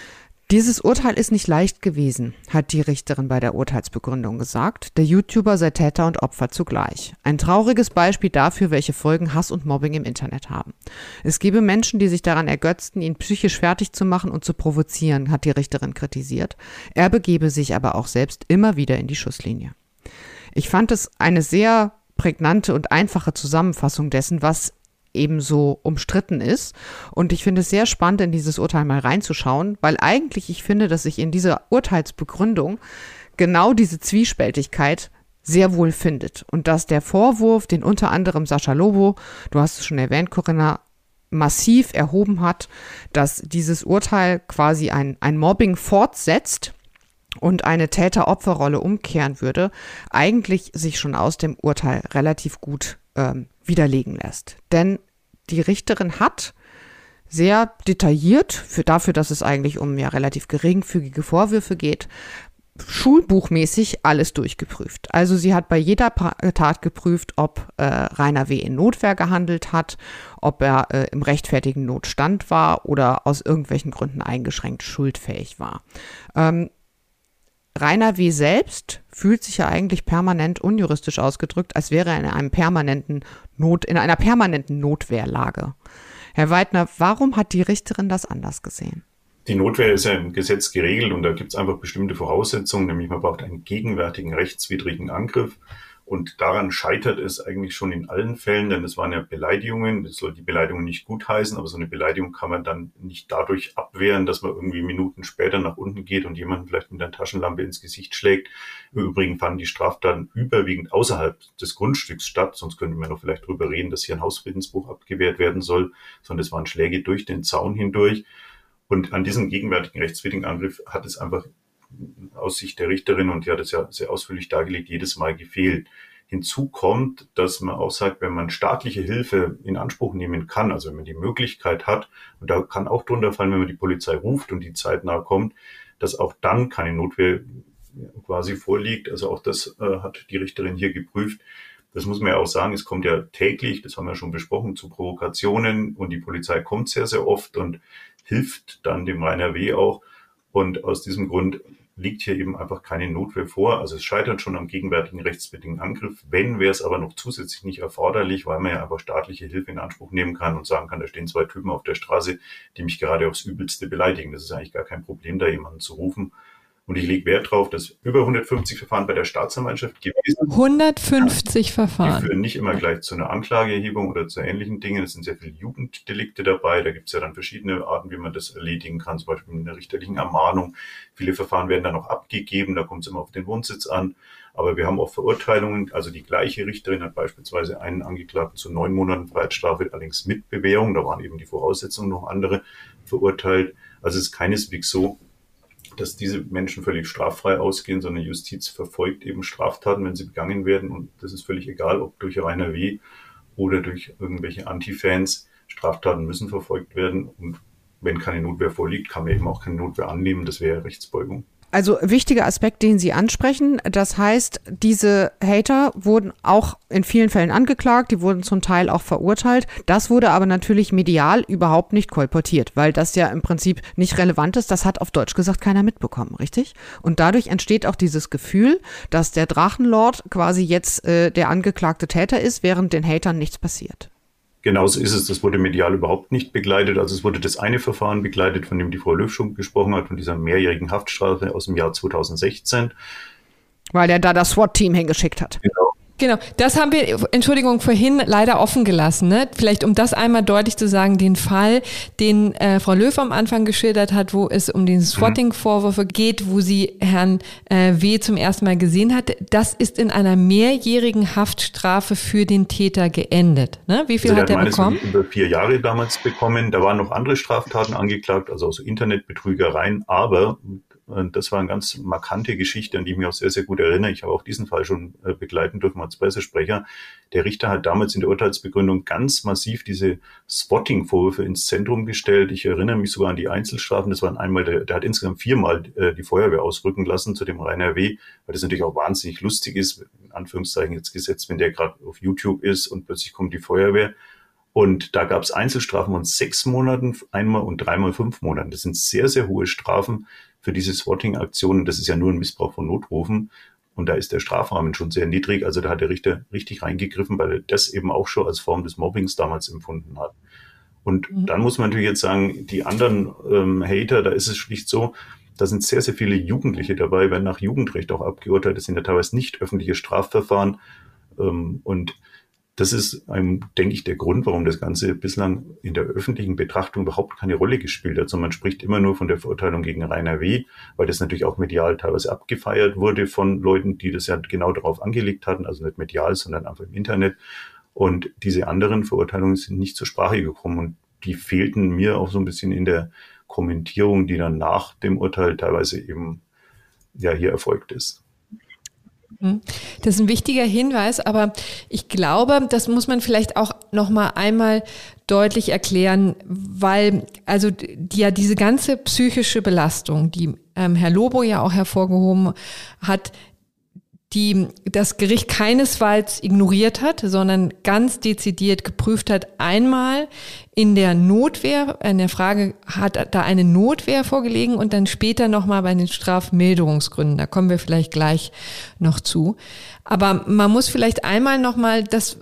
Dieses Urteil ist nicht leicht gewesen, hat die Richterin bei der Urteilsbegründung gesagt. Der YouTuber sei Täter und Opfer zugleich. Ein trauriges Beispiel dafür, welche Folgen Hass und Mobbing im Internet haben. Es gebe Menschen, die sich daran ergötzten, ihn psychisch fertig zu machen und zu provozieren, hat die Richterin kritisiert. Er begebe sich aber auch selbst immer wieder in die Schusslinie. Ich fand es eine sehr prägnante und einfache Zusammenfassung dessen, was ebenso umstritten ist. Und ich finde es sehr spannend, in dieses Urteil mal reinzuschauen, weil eigentlich ich finde, dass sich in dieser Urteilsbegründung genau diese Zwiespältigkeit sehr wohl findet. Und dass der Vorwurf, den unter anderem Sascha Lobo, du hast es schon erwähnt, Corinna, massiv erhoben hat, dass dieses Urteil quasi ein, ein Mobbing fortsetzt und eine Täter-Opfer-Rolle umkehren würde, eigentlich sich schon aus dem Urteil relativ gut ähm, widerlegen lässt. Denn die Richterin hat sehr detailliert, für dafür, dass es eigentlich um ja relativ geringfügige Vorwürfe geht, schulbuchmäßig alles durchgeprüft. Also sie hat bei jeder Tat geprüft, ob äh, Rainer W. in Notwehr gehandelt hat, ob er äh, im rechtfertigen Notstand war oder aus irgendwelchen Gründen eingeschränkt schuldfähig war. Ähm, Rainer W. selbst fühlt sich ja eigentlich permanent, unjuristisch ausgedrückt, als wäre er in einem permanenten Not, in einer permanenten Notwehrlage. Herr Weidner, warum hat die Richterin das anders gesehen? Die Notwehr ist ja im Gesetz geregelt und da gibt es einfach bestimmte Voraussetzungen, nämlich man braucht einen gegenwärtigen rechtswidrigen Angriff. Und daran scheitert es eigentlich schon in allen Fällen, denn es waren ja Beleidigungen. Das soll die Beleidigung nicht gutheißen, aber so eine Beleidigung kann man dann nicht dadurch abwehren, dass man irgendwie Minuten später nach unten geht und jemanden vielleicht mit einer Taschenlampe ins Gesicht schlägt. Im Übrigen fanden die Straftaten überwiegend außerhalb des Grundstücks statt, sonst könnte man noch vielleicht drüber reden, dass hier ein Hausfriedensbruch abgewehrt werden soll, sondern es waren Schläge durch den Zaun hindurch. Und an diesem gegenwärtigen rechtswidrigen Angriff hat es einfach aus Sicht der Richterin, und die hat es ja sehr ausführlich dargelegt, jedes Mal gefehlt. Hinzu kommt, dass man auch sagt, wenn man staatliche Hilfe in Anspruch nehmen kann, also wenn man die Möglichkeit hat, und da kann auch drunter fallen, wenn man die Polizei ruft und die zeitnah kommt, dass auch dann keine Notwehr quasi vorliegt. Also auch das äh, hat die Richterin hier geprüft. Das muss man ja auch sagen, es kommt ja täglich, das haben wir schon besprochen, zu Provokationen, und die Polizei kommt sehr, sehr oft und hilft dann dem Rainer W. auch. Und aus diesem Grund liegt hier eben einfach keine Notwehr vor. Also es scheitert schon am gegenwärtigen rechtswidrigen Angriff. Wenn, wäre es aber noch zusätzlich nicht erforderlich, weil man ja einfach staatliche Hilfe in Anspruch nehmen kann und sagen kann, da stehen zwei Typen auf der Straße, die mich gerade aufs Übelste beleidigen. Das ist eigentlich gar kein Problem, da jemanden zu rufen. Und ich lege Wert darauf, dass über hundertfünfzig Verfahren bei der Staatsanwaltschaft gewesen sind. hundertfünfzig Verfahren. Die führen nicht immer gleich zu einer Anklageerhebung oder zu ähnlichen Dingen. Es sind sehr viele Jugenddelikte dabei. Da gibt es ja dann verschiedene Arten, wie man das erledigen kann, zum Beispiel mit einer richterlichen Ermahnung. Viele Verfahren werden dann auch abgegeben. Da kommt es immer auf den Wohnsitz an. Aber wir haben auch Verurteilungen. Also die gleiche Richterin hat beispielsweise einen Angeklagten zu neun Monaten Freiheitsstrafe, allerdings mit Bewährung. Da waren eben die Voraussetzungen noch andere verurteilt. Also es ist keineswegs so, dass diese Menschen völlig straffrei ausgehen, sondern Justiz verfolgt eben Straftaten, wenn sie begangen werden. Und das ist völlig egal, ob durch Rainer W. oder durch irgendwelche Antifans. Straftaten müssen verfolgt werden und wenn keine Notwehr vorliegt, kann man eben auch keine Notwehr annehmen. Das wäre Rechtsbeugung. Also wichtiger Aspekt, den Sie ansprechen, das heißt, diese Hater wurden auch in vielen Fällen angeklagt, die wurden zum Teil auch verurteilt. Das wurde aber natürlich medial überhaupt nicht kolportiert, weil das ja im Prinzip nicht relevant ist. Das hat auf Deutsch gesagt keiner mitbekommen, richtig? Und dadurch entsteht auch dieses Gefühl, dass der Drachenlord quasi jetzt äh, der angeklagte Täter ist, während den Hatern nichts passiert. Genauso ist es. Das wurde medial überhaupt nicht begleitet. Also es wurde das eine Verfahren begleitet, von dem die Frau Löw schon gesprochen hat, von dieser mehrjährigen Haftstrafe aus dem Jahr zweitausendsechzehn. Weil er da das SWAT-Team hingeschickt hat. Genau. Genau, das haben wir, Entschuldigung, vorhin leider offen gelassen. Ne? Vielleicht um das einmal deutlich zu sagen, den Fall, den äh, Frau Löw am Anfang geschildert hat, wo es um den Swatting-Vorwürfe geht, wo sie Herrn äh, W. zum ersten Mal gesehen hat, das ist in einer mehrjährigen Haftstrafe für den Täter geendet. Ne? Wie viel also hat er bekommen? Über vier Jahre damals bekommen. Da waren noch andere Straftaten angeklagt, also auch so Internetbetrügereien, aber das war eine ganz markante Geschichte, an die ich mich auch sehr, sehr gut erinnere. Ich habe auch diesen Fall schon begleiten dürfen als Pressesprecher. Der Richter hat damals in der Urteilsbegründung ganz massiv diese Spotting-Vorwürfe ins Zentrum gestellt. Ich erinnere mich sogar an die Einzelstrafen. Das waren einmal, der, der hat insgesamt viermal die Feuerwehr ausrücken lassen zu dem Rainer W., weil das natürlich auch wahnsinnig lustig ist, in Anführungszeichen jetzt gesetzt, wenn der gerade auf YouTube ist und plötzlich kommt die Feuerwehr. Und da gab es Einzelstrafen von sechs Monaten, einmal und dreimal fünf Monaten. Das sind sehr, sehr hohe Strafen für diese Swatting-Aktionen. Das ist ja nur ein Missbrauch von Notrufen. Und da ist der Strafrahmen schon sehr niedrig. Also da hat der Richter richtig reingegriffen, weil er das eben auch schon als Form des Mobbings damals empfunden hat. Und mhm. dann muss man natürlich jetzt sagen, die anderen ähm, Hater, da ist es schlicht so, da sind sehr, sehr viele Jugendliche dabei, werden nach Jugendrecht auch abgeurteilt. Das sind ja teilweise nicht öffentliche Strafverfahren. Ähm, und das ist, ein, denke ich, der Grund, warum das Ganze bislang in der öffentlichen Betrachtung überhaupt keine Rolle gespielt hat, sondern man spricht immer nur von der Verurteilung gegen Rainer W., weil das natürlich auch medial teilweise abgefeiert wurde von Leuten, die das ja genau darauf angelegt hatten, also nicht medial, sondern einfach im Internet. Und diese anderen Verurteilungen sind nicht zur Sprache gekommen und die fehlten mir auch so ein bisschen in der Kommentierung, die dann nach dem Urteil teilweise eben ja hier erfolgt ist. Das ist ein wichtiger Hinweis, aber ich glaube, das muss man vielleicht auch noch mal einmal deutlich erklären, weil also die, ja diese ganze psychische Belastung, die ähm, Herr Lobo ja auch hervorgehoben hat, die das Gericht keinesfalls ignoriert hat, sondern ganz dezidiert geprüft hat, einmal in der Notwehr, in der Frage, hat da eine Notwehr vorgelegen und dann später nochmal bei den Strafmilderungsgründen. Da kommen wir vielleicht gleich noch zu. Aber man muss vielleicht einmal nochmal das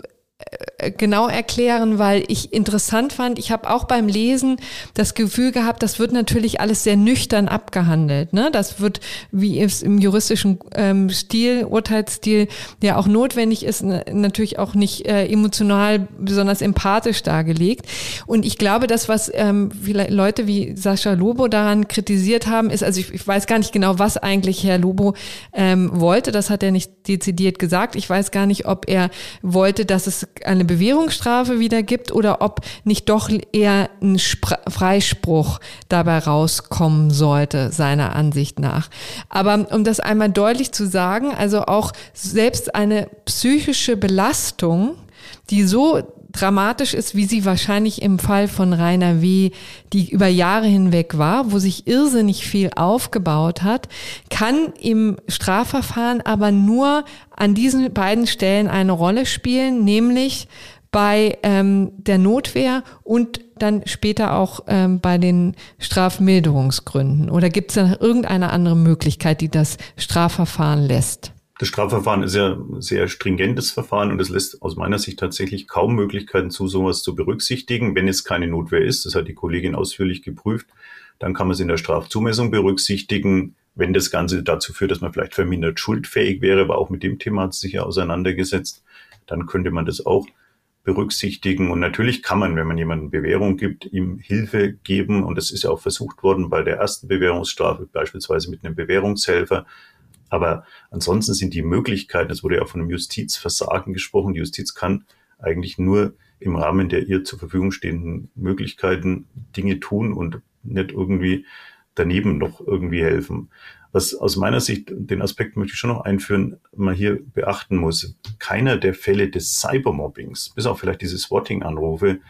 genau erklären, weil ich interessant fand, ich habe auch beim Lesen das Gefühl gehabt, das wird natürlich alles sehr nüchtern abgehandelt. Ne? Das wird, wie es im juristischen ähm, Stil, Urteilsstil ja auch notwendig ist, n- natürlich auch nicht äh, emotional besonders empathisch dargelegt. Und ich glaube, das, was ähm, viele Leute wie Sascha Lobo daran kritisiert haben, ist, also ich, ich weiß gar nicht genau, was eigentlich Herr Lobo ähm, wollte, das hat er nicht dezidiert gesagt. Ich weiß gar nicht, ob er wollte, dass es eine Bewährungsstrafe wieder gibt oder ob nicht doch eher ein Spr- Freispruch dabei rauskommen sollte, seiner Ansicht nach. Aber um das einmal deutlich zu sagen, also auch selbst eine psychische Belastung, die so dramatisch ist, wie sie wahrscheinlich im Fall von Rainer W., die über Jahre hinweg war, wo sich irrsinnig viel aufgebaut hat, kann im Strafverfahren aber nur an diesen beiden Stellen eine Rolle spielen, nämlich bei ähm, der Notwehr und dann später auch ähm, bei den Strafmilderungsgründen. Oder gibt es da irgendeine andere Möglichkeit, die das Strafverfahren lässt? Das Strafverfahren ist ja ein sehr stringentes Verfahren und es lässt aus meiner Sicht tatsächlich kaum Möglichkeiten zu, sowas zu berücksichtigen. Wenn es keine Notwehr ist, das hat die Kollegin ausführlich geprüft, dann kann man es in der Strafzumessung berücksichtigen. Wenn das Ganze dazu führt, dass man vielleicht vermindert schuldfähig wäre, aber auch mit dem Thema hat es sich ja auseinandergesetzt, dann könnte man das auch berücksichtigen. Und natürlich kann man, wenn man jemandem Bewährung gibt, ihm Hilfe geben. Und das ist ja auch versucht worden bei der ersten Bewährungsstrafe, beispielsweise mit einem Bewährungshelfer. Aber ansonsten sind die Möglichkeiten, es wurde ja auch von einem Justizversagen gesprochen, die Justiz kann eigentlich nur im Rahmen der ihr zur Verfügung stehenden Möglichkeiten Dinge tun und nicht irgendwie daneben noch irgendwie helfen. Was aus meiner Sicht, den Aspekt möchte ich schon noch einführen, man hier beachten muss, keiner der Fälle des Cybermobbings, bis auf vielleicht diese Swatting-Anrufe,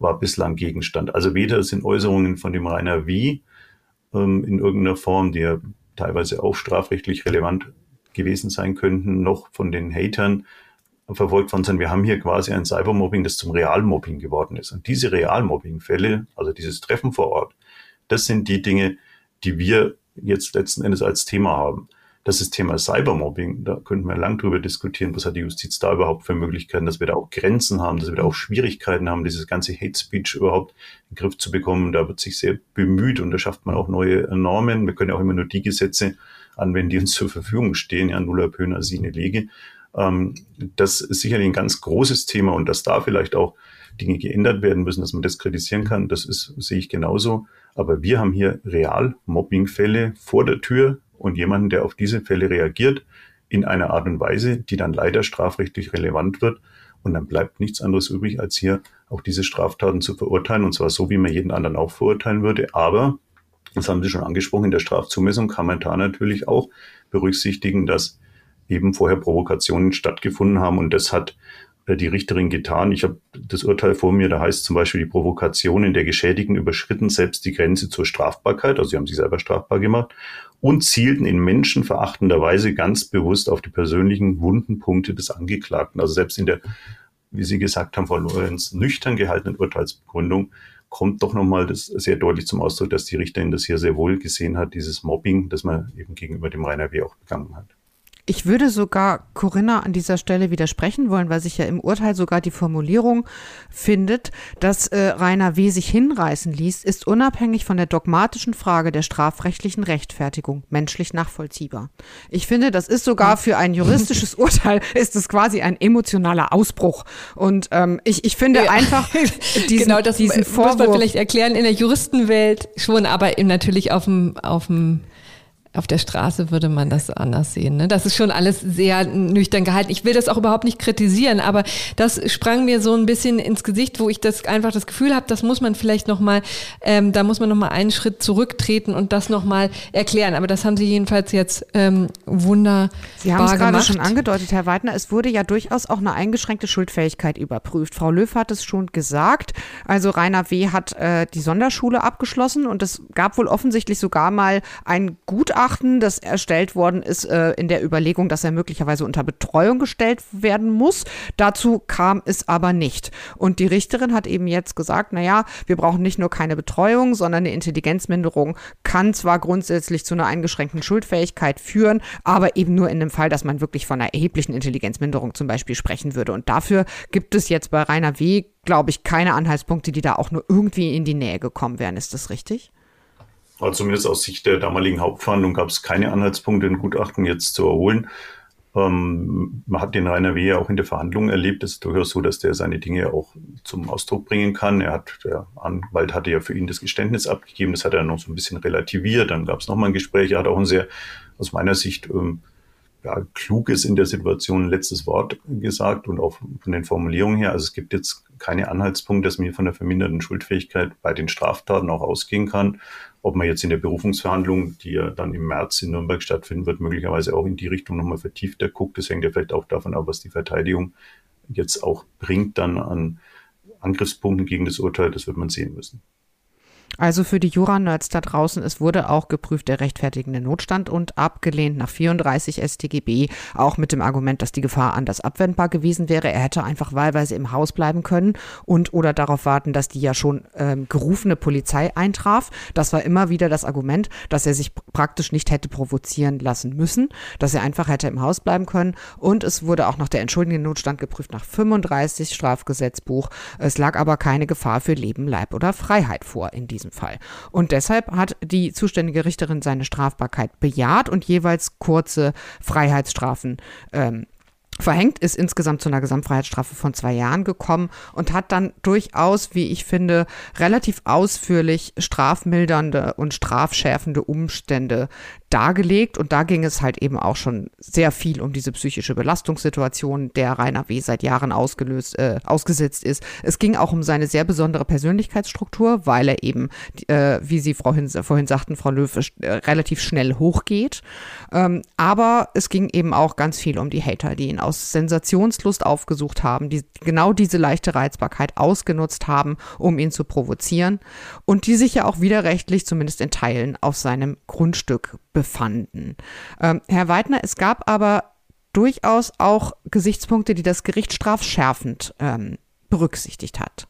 war bislang Gegenstand. Also weder sind Äußerungen von dem Rainer W. ähm, in irgendeiner Form, die ja teilweise auch strafrechtlich relevant gewesen sein könnten, noch von den Hatern verfolgt worden sind. Wir haben hier quasi ein Cybermobbing, das zum Realmobbing geworden ist. Und diese Realmobbing-Fälle, also dieses Treffen vor Ort, das sind die Dinge, die wir jetzt letzten Endes als Thema haben. Das ist Thema Cybermobbing. Da könnten wir lang drüber diskutieren, was hat die Justiz da überhaupt für Möglichkeiten, dass wir da auch Grenzen haben, dass wir da auch Schwierigkeiten haben, dieses ganze Hate Speech überhaupt in den Griff zu bekommen. Da wird sich sehr bemüht und da schafft man auch neue Normen. Wir können ja auch immer nur die Gesetze anwenden, die uns zur Verfügung stehen. Ja, nulla pöna sine lege. Ähm, das ist sicherlich ein ganz großes Thema und dass da vielleicht auch Dinge geändert werden müssen, dass man das kritisieren kann, das ist, sehe ich genauso. Aber wir haben hier Real-Mobbing-Fälle vor der Tür und jemanden, der auf diese Fälle reagiert, in einer Art und Weise, die dann leider strafrechtlich relevant wird. Und dann bleibt nichts anderes übrig, als hier auch diese Straftaten zu verurteilen. Und zwar so, wie man jeden anderen auch verurteilen würde. Aber, das haben Sie schon angesprochen, in der Strafzumessung kann man da natürlich auch berücksichtigen, dass eben vorher Provokationen stattgefunden haben. Und das hat die Richterin getan. Ich habe das Urteil vor mir, da heißt zum Beispiel, die Provokationen der Geschädigten überschritten selbst die Grenze zur Strafbarkeit, also sie haben sich selber strafbar gemacht, und zielten in menschenverachtender Weise ganz bewusst auf die persönlichen wunden Punkte des Angeklagten. Also selbst in der, wie Sie gesagt haben, Frau Lorenz, nüchtern gehaltenen Urteilsbegründung kommt doch nochmal das sehr deutlich zum Ausdruck, dass die Richterin das hier sehr wohl gesehen hat, dieses Mobbing, das man eben gegenüber dem Rainer W. auch begangen hat. Ich würde sogar Corinna an dieser Stelle widersprechen wollen, weil sich ja im Urteil sogar die Formulierung findet, dass äh, Rainer W. sich hinreißen ließ, ist unabhängig von der dogmatischen Frage der strafrechtlichen Rechtfertigung menschlich nachvollziehbar. Ich finde, das ist sogar für ein juristisches Urteil, ist es quasi ein emotionaler Ausbruch. Und ähm, ich, ich finde ja. einfach diesen, genau, das diesen Vorwurf, muss man vielleicht erklären, in der Juristenwelt schon, aber eben natürlich auf dem auf dem Auf der Straße würde man das anders sehen. Ne? Das ist schon alles sehr nüchtern gehalten. Ich will das auch überhaupt nicht kritisieren, aber das sprang mir so ein bisschen ins Gesicht, wo ich das einfach das Gefühl habe, das muss man vielleicht nochmal, ähm, da muss man nochmal einen Schritt zurücktreten und das nochmal erklären. Aber das haben Sie jedenfalls jetzt ähm, wunderbar gemacht. Sie haben es gerade schon angedeutet, Herr Weidner, es wurde ja durchaus auch eine eingeschränkte Schuldfähigkeit überprüft. Frau Löw hat es schon gesagt. Also Rainer W. hat äh, die Sonderschule abgeschlossen und es gab wohl offensichtlich sogar mal ein Gutachten, das erstellt worden ist äh, in der Überlegung, dass er möglicherweise unter Betreuung gestellt werden muss. Dazu kam es aber nicht. Und die Richterin hat eben jetzt gesagt, naja, wir brauchen nicht nur keine Betreuung, sondern eine Intelligenzminderung kann zwar grundsätzlich zu einer eingeschränkten Schuldfähigkeit führen, aber eben nur in dem Fall, dass man wirklich von einer erheblichen Intelligenzminderung zum Beispiel sprechen würde. Und dafür gibt es jetzt bei Rainer W., glaube ich, keine Anhaltspunkte, die da auch nur irgendwie in die Nähe gekommen wären. Ist das richtig? Also zumindest aus Sicht der damaligen Hauptverhandlung gab es keine Anhaltspunkte, ein Gutachten jetzt zu erholen. Ähm, man hat den Rainer W. ja auch in der Verhandlung erlebt. Es ist durchaus so, dass der seine Dinge auch zum Ausdruck bringen kann. Er hat, der Anwalt hatte ja für ihn das Geständnis abgegeben. Das hat er noch so ein bisschen relativiert. Dann gab es nochmal ein Gespräch. Er hat auch ein sehr, aus meiner Sicht, ähm, ja, kluges in der Situation letztes Wort gesagt und auch von den Formulierungen her. Also es gibt jetzt keine Anhaltspunkte, dass man hier von der verminderten Schuldfähigkeit bei den Straftaten auch ausgehen kann. Ob man jetzt in der Berufungsverhandlung, die ja dann im März in Nürnberg stattfinden wird, möglicherweise auch in die Richtung nochmal vertiefter guckt. Das hängt ja vielleicht auch davon ab, was die Verteidigung jetzt auch bringt dann an Angriffspunkten gegen das Urteil. Das wird man sehen müssen. Also für die Jura-Nerds da draußen, es wurde auch geprüft der rechtfertigende Notstand und abgelehnt nach vierunddreißig S t G B, auch mit dem Argument, dass die Gefahr anders abwendbar gewesen wäre. Er hätte einfach wahlweise im Haus bleiben können und oder darauf warten, dass die ja schon ähm, gerufene Polizei eintraf. Das war immer wieder das Argument, dass er sich praktisch nicht hätte provozieren lassen müssen, dass er einfach hätte im Haus bleiben können. Und es wurde auch noch der entschuldigende Notstand geprüft nach fünfunddreißig Strafgesetzbuch. Es lag aber keine Gefahr für Leben, Leib oder Freiheit vor in diesem Fall. Und deshalb hat die zuständige Richterin seine Strafbarkeit bejaht und jeweils kurze Freiheitsstrafen ähm, verhängt, ist insgesamt zu einer Gesamtfreiheitsstrafe von zwei Jahren gekommen und hat dann durchaus, wie ich finde, relativ ausführlich strafmildernde und strafschärfende Umstände dargelegt. Und da ging es halt eben auch schon sehr viel um diese psychische Belastungssituation, der Rainer W. seit Jahren ausgelöst, äh, ausgesetzt ist. Es ging auch um seine sehr besondere Persönlichkeitsstruktur, weil er eben, äh, wie Sie Frau Hin- vorhin sagten, Frau Löw, äh, relativ schnell hochgeht. Ähm, aber es ging eben auch ganz viel um die Hater, die ihn aus Sensationslust aufgesucht haben, die genau diese leichte Reizbarkeit ausgenutzt haben, um ihn zu provozieren und die sich ja auch widerrechtlich, zumindest in Teilen, auf seinem Grundstück befanden. Ähm, Herr Weidner, es gab aber durchaus auch Gesichtspunkte, die das Gericht strafschärfend ähm, berücksichtigt hat.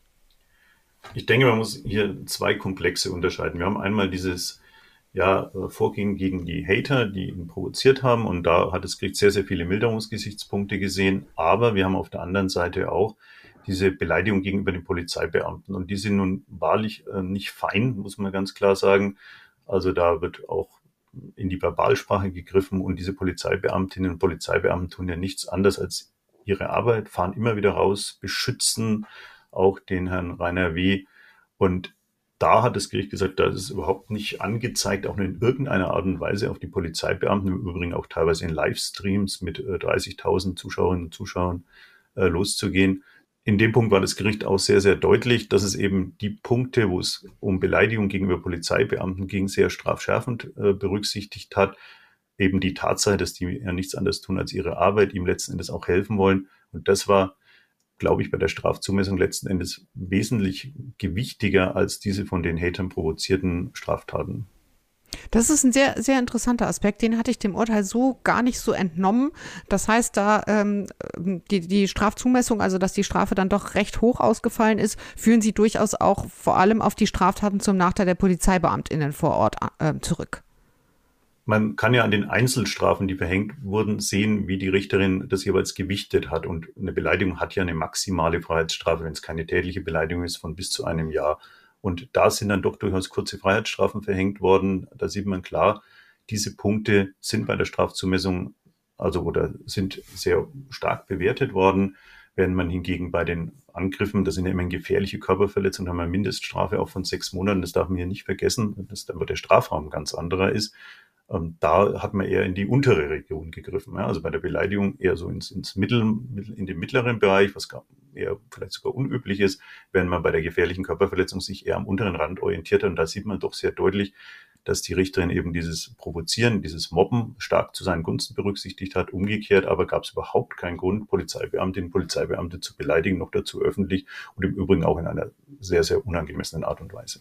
Ich denke, man muss hier zwei Komplexe unterscheiden. Wir haben einmal dieses ja, Vorgehen gegen die Hater, die ihn provoziert haben. Und da hat das Gericht sehr, sehr viele Milderungsgesichtspunkte gesehen. Aber wir haben auf der anderen Seite auch diese Beleidigung gegenüber den Polizeibeamten. Und die sind nun wahrlich äh, nicht fein, muss man ganz klar sagen. Also da wird auch in die Verbalsprache gegriffen. Und diese Polizeibeamtinnen und Polizeibeamten tun ja nichts anderes als ihre Arbeit, fahren immer wieder raus, beschützen auch den Herrn Rainer W. Und da hat das Gericht gesagt, das ist überhaupt nicht angezeigt, auch in irgendeiner Art und Weise auf die Polizeibeamten, im Übrigen auch teilweise in Livestreams mit äh, dreißigtausend Zuschauerinnen und Zuschauern äh, loszugehen. In dem Punkt war das Gericht auch sehr, sehr deutlich, dass es eben die Punkte, wo es um Beleidigung gegenüber Polizeibeamten ging, sehr strafschärfend äh, berücksichtigt hat. Eben die Tatsache, dass die ja nichts anderes tun als ihre Arbeit, ihm letzten Endes auch helfen wollen. Und das war, glaube ich, bei der Strafzumessung letzten Endes wesentlich gewichtiger als diese von den Hatern provozierten Straftaten. Das ist ein sehr, sehr interessanter Aspekt, den hatte ich dem Urteil so gar nicht so entnommen. Das heißt, da ähm, die, die Strafzumessung, also dass die Strafe dann doch recht hoch ausgefallen ist, führen Sie durchaus auch vor allem auf die Straftaten zum Nachteil der PolizeibeamtInnen vor Ort äh, zurück. Man kann ja an den Einzelstrafen, die verhängt wurden, sehen, wie die Richterin das jeweils gewichtet hat. Und eine Beleidigung hat ja eine maximale Freiheitsstrafe, wenn es keine tätliche Beleidigung ist, von bis zu einem Jahr. Und da sind dann doch durchaus kurze Freiheitsstrafen verhängt worden. Da sieht man klar, diese Punkte sind bei der Strafzumessung, also oder sind sehr stark bewertet worden. Während man hingegen bei den Angriffen, das sind ja immerhin gefährliche Körperverletzungen, haben wir eine Mindeststrafe auch von sechs Monaten. Das darf man hier nicht vergessen, dass dann der Strafraum ganz anderer ist. Da hat man eher in die untere Region gegriffen. Also bei der Beleidigung eher so ins, ins Mittel, in den mittleren Bereich, was eher vielleicht sogar unüblich ist, während man bei der gefährlichen Körperverletzung sich eher am unteren Rand orientiert hat. Und da sieht man doch sehr deutlich, dass die Richterin eben dieses Provozieren, dieses Mobben stark zu seinen Gunsten berücksichtigt hat. Umgekehrt aber gab es überhaupt keinen Grund, Polizeibeamtinnen und Polizeibeamte zu beleidigen, noch dazu öffentlich und im Übrigen auch in einer sehr, sehr unangemessenen Art und Weise.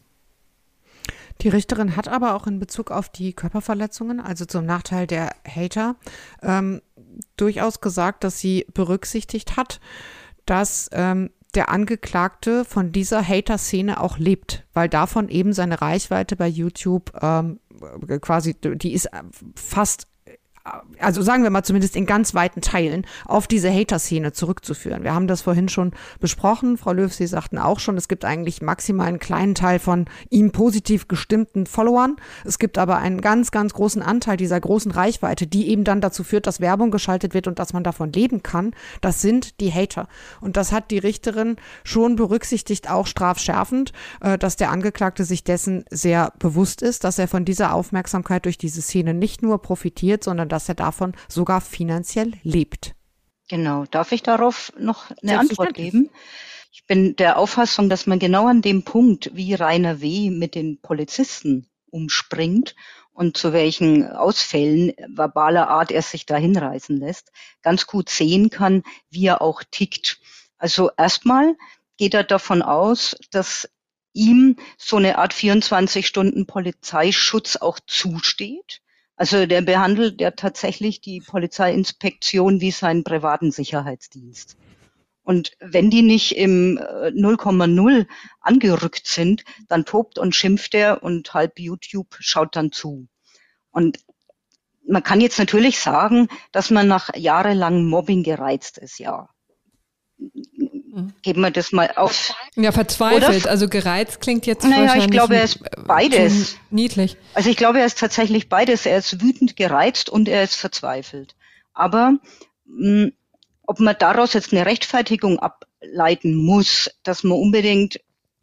Die Richterin hat aber auch in Bezug auf die Körperverletzungen, also zum Nachteil der Hater, ähm, durchaus gesagt, dass sie berücksichtigt hat, dass ähm, der Angeklagte von dieser Hater-Szene auch lebt, weil davon eben seine Reichweite bei YouTube ähm, quasi, die ist fast, also sagen wir mal zumindest in ganz weiten Teilen, auf diese Hater-Szene zurückzuführen. Wir haben das vorhin schon besprochen. Frau Löw, Sie sagten auch schon, es gibt eigentlich maximal einen kleinen Teil von ihm positiv gestimmten Followern. Es gibt aber einen ganz, ganz großen Anteil dieser großen Reichweite, die eben dann dazu führt, dass Werbung geschaltet wird und dass man davon leben kann. Das sind die Hater. Und das hat die Richterin schon berücksichtigt, auch strafschärfend, dass der Angeklagte sich dessen sehr bewusst ist, dass er von dieser Aufmerksamkeit durch diese Szene nicht nur profitiert, sondern dass er davon sogar finanziell lebt. Genau. Darf ich darauf noch eine Antwort geben? Ich bin der Auffassung, dass man genau an dem Punkt, wie Rainer W. mit den Polizisten umspringt und zu welchen Ausfällen verbaler Art er sich da hinreißen lässt, ganz gut sehen kann, wie er auch tickt. Also erstmal geht er davon aus, dass ihm so eine Art vierundzwanzig Stunden Polizeischutz auch zusteht. Also der behandelt ja tatsächlich die Polizeiinspektion wie seinen privaten Sicherheitsdienst. Und wenn die nicht im null Komma null angerückt sind, dann tobt und schimpft er und halb YouTube schaut dann zu. Und man kann jetzt natürlich sagen, dass man nach jahrelangem Mobbing gereizt ist, ja. Geben wir das mal auf. Ja, verzweifelt. Oder? Also gereizt klingt jetzt naja, wahrscheinlich ich glaube, er ist beides. Niedlich. Also ich glaube, er ist tatsächlich beides. Er ist wütend gereizt und er ist verzweifelt. Aber mh, ob man daraus jetzt eine Rechtfertigung ableiten muss, dass man unbedingt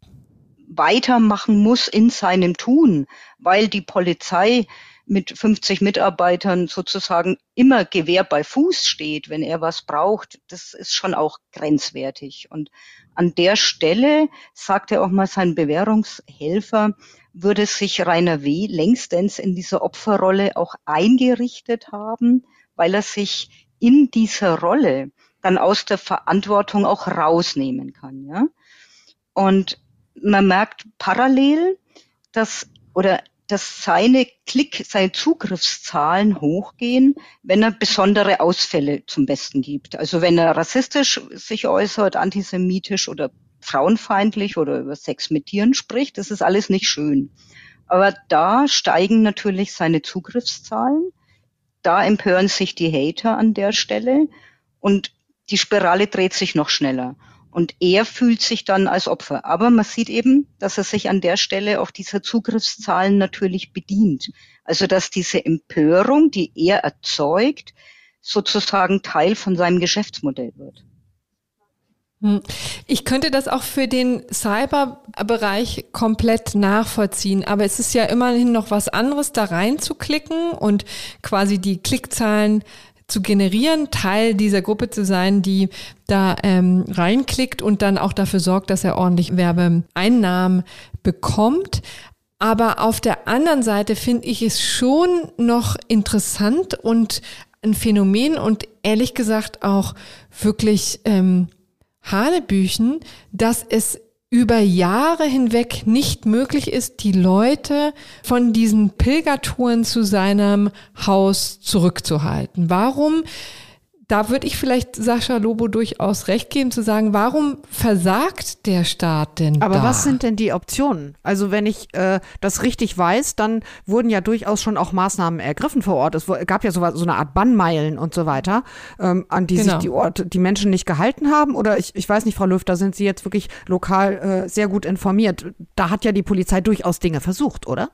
weitermachen muss in seinem Tun, weil die Polizei mit fünfzig Mitarbeitern sozusagen immer Gewehr bei Fuß steht, wenn er was braucht, das ist schon auch grenzwertig. Und an der Stelle, sagt er auch mal sein Bewährungshelfer, würde sich Rainer W. längstens in dieser Opferrolle auch eingerichtet haben, weil er sich in dieser Rolle dann aus der Verantwortung auch rausnehmen kann, ja. Und man merkt parallel, dass, oder, dass seine Klick, seine Zugriffszahlen hochgehen, wenn er besondere Ausfälle zum Besten gibt. Also wenn er rassistisch sich äußert, antisemitisch oder frauenfeindlich oder über Sex mit Tieren spricht, das ist alles nicht schön. Aber da steigen natürlich seine Zugriffszahlen, da empören sich die Hater an der Stelle und die Spirale dreht sich noch schneller. Und er fühlt sich dann als Opfer. Aber man sieht eben, dass er sich an der Stelle auch dieser Zugriffszahlen natürlich bedient. Also dass diese Empörung, die er erzeugt, sozusagen Teil von seinem Geschäftsmodell wird. Ich könnte das auch für den Cyberbereich komplett nachvollziehen, aber es ist ja immerhin noch was anderes, da reinzuklicken und quasi die Klickzahlen zu generieren, Teil dieser Gruppe zu sein, die da ähm, reinklickt und dann auch dafür sorgt, dass er ordentlich Werbeeinnahmen bekommt. Aber auf der anderen Seite finde ich es schon noch interessant und ein Phänomen und ehrlich gesagt auch wirklich ähm, Hanebüchen, dass es über Jahre hinweg nicht möglich ist, die Leute von diesen Pilgertouren zu seinem Haus zurückzuhalten. Warum? Da würde ich vielleicht Sascha Lobo durchaus recht geben, zu sagen, warum versagt der Staat denn Aber da? was sind denn die Optionen? Also wenn ich äh, das richtig weiß, dann wurden ja durchaus schon auch Maßnahmen ergriffen vor Ort. Es gab ja so, so eine Art Bannmeilen und so weiter, ähm, an die Genau. sich die, Orte, die Menschen nicht gehalten haben. Oder ich, ich weiß nicht, Frau Löw, da sind Sie jetzt wirklich lokal äh, sehr gut informiert. Da hat ja die Polizei durchaus Dinge versucht, oder?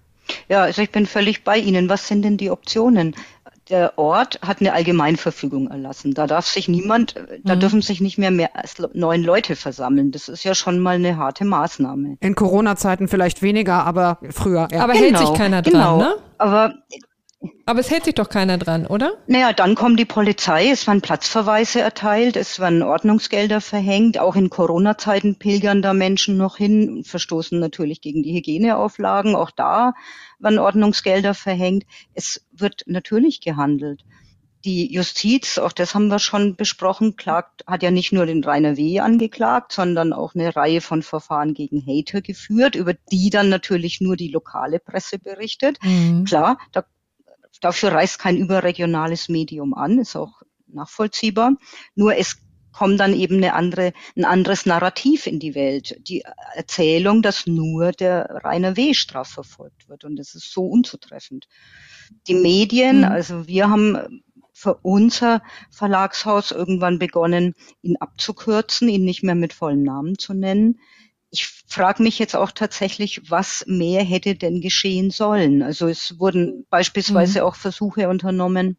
Ja, also ich bin völlig bei Ihnen. Was sind denn die Optionen? Der Ort hat eine Allgemeinverfügung erlassen. Da darf sich niemand, da mhm. dürfen sich nicht mehr mehr als neun Leute versammeln. Das ist ja schon mal eine harte Maßnahme. In Corona-Zeiten vielleicht weniger, aber früher. Ja. Aber genau, hält sich keiner dran, genau. ne? Aber Aber es hält sich doch keiner dran, oder? Naja, dann kommt die Polizei, es werden Platzverweise erteilt, es werden Ordnungsgelder verhängt. Auch in Corona-Zeiten pilgern da Menschen noch hin und verstoßen natürlich gegen die Hygieneauflagen. Auch da werden Ordnungsgelder verhängt. Es wird natürlich gehandelt. Die Justiz, auch das haben wir schon besprochen, klagt, hat ja nicht nur den Rainer W. angeklagt, sondern auch eine Reihe von Verfahren gegen Hater geführt, über die dann natürlich nur die lokale Presse berichtet. Mhm. Klar, da Dafür reißt kein überregionales Medium an, ist auch nachvollziehbar. Nur es kommt dann eben eine andere, ein anderes Narrativ in die Welt. Die Erzählung, dass nur der Rainer W. strafverfolgt wird. Und das ist so unzutreffend. Die Medien, mhm. also wir haben für unser Verlagshaus irgendwann begonnen, ihn abzukürzen, ihn nicht mehr mit vollem Namen zu nennen. Ich frage mich jetzt auch tatsächlich, was mehr hätte denn geschehen sollen? Also es wurden beispielsweise mhm. auch Versuche unternommen,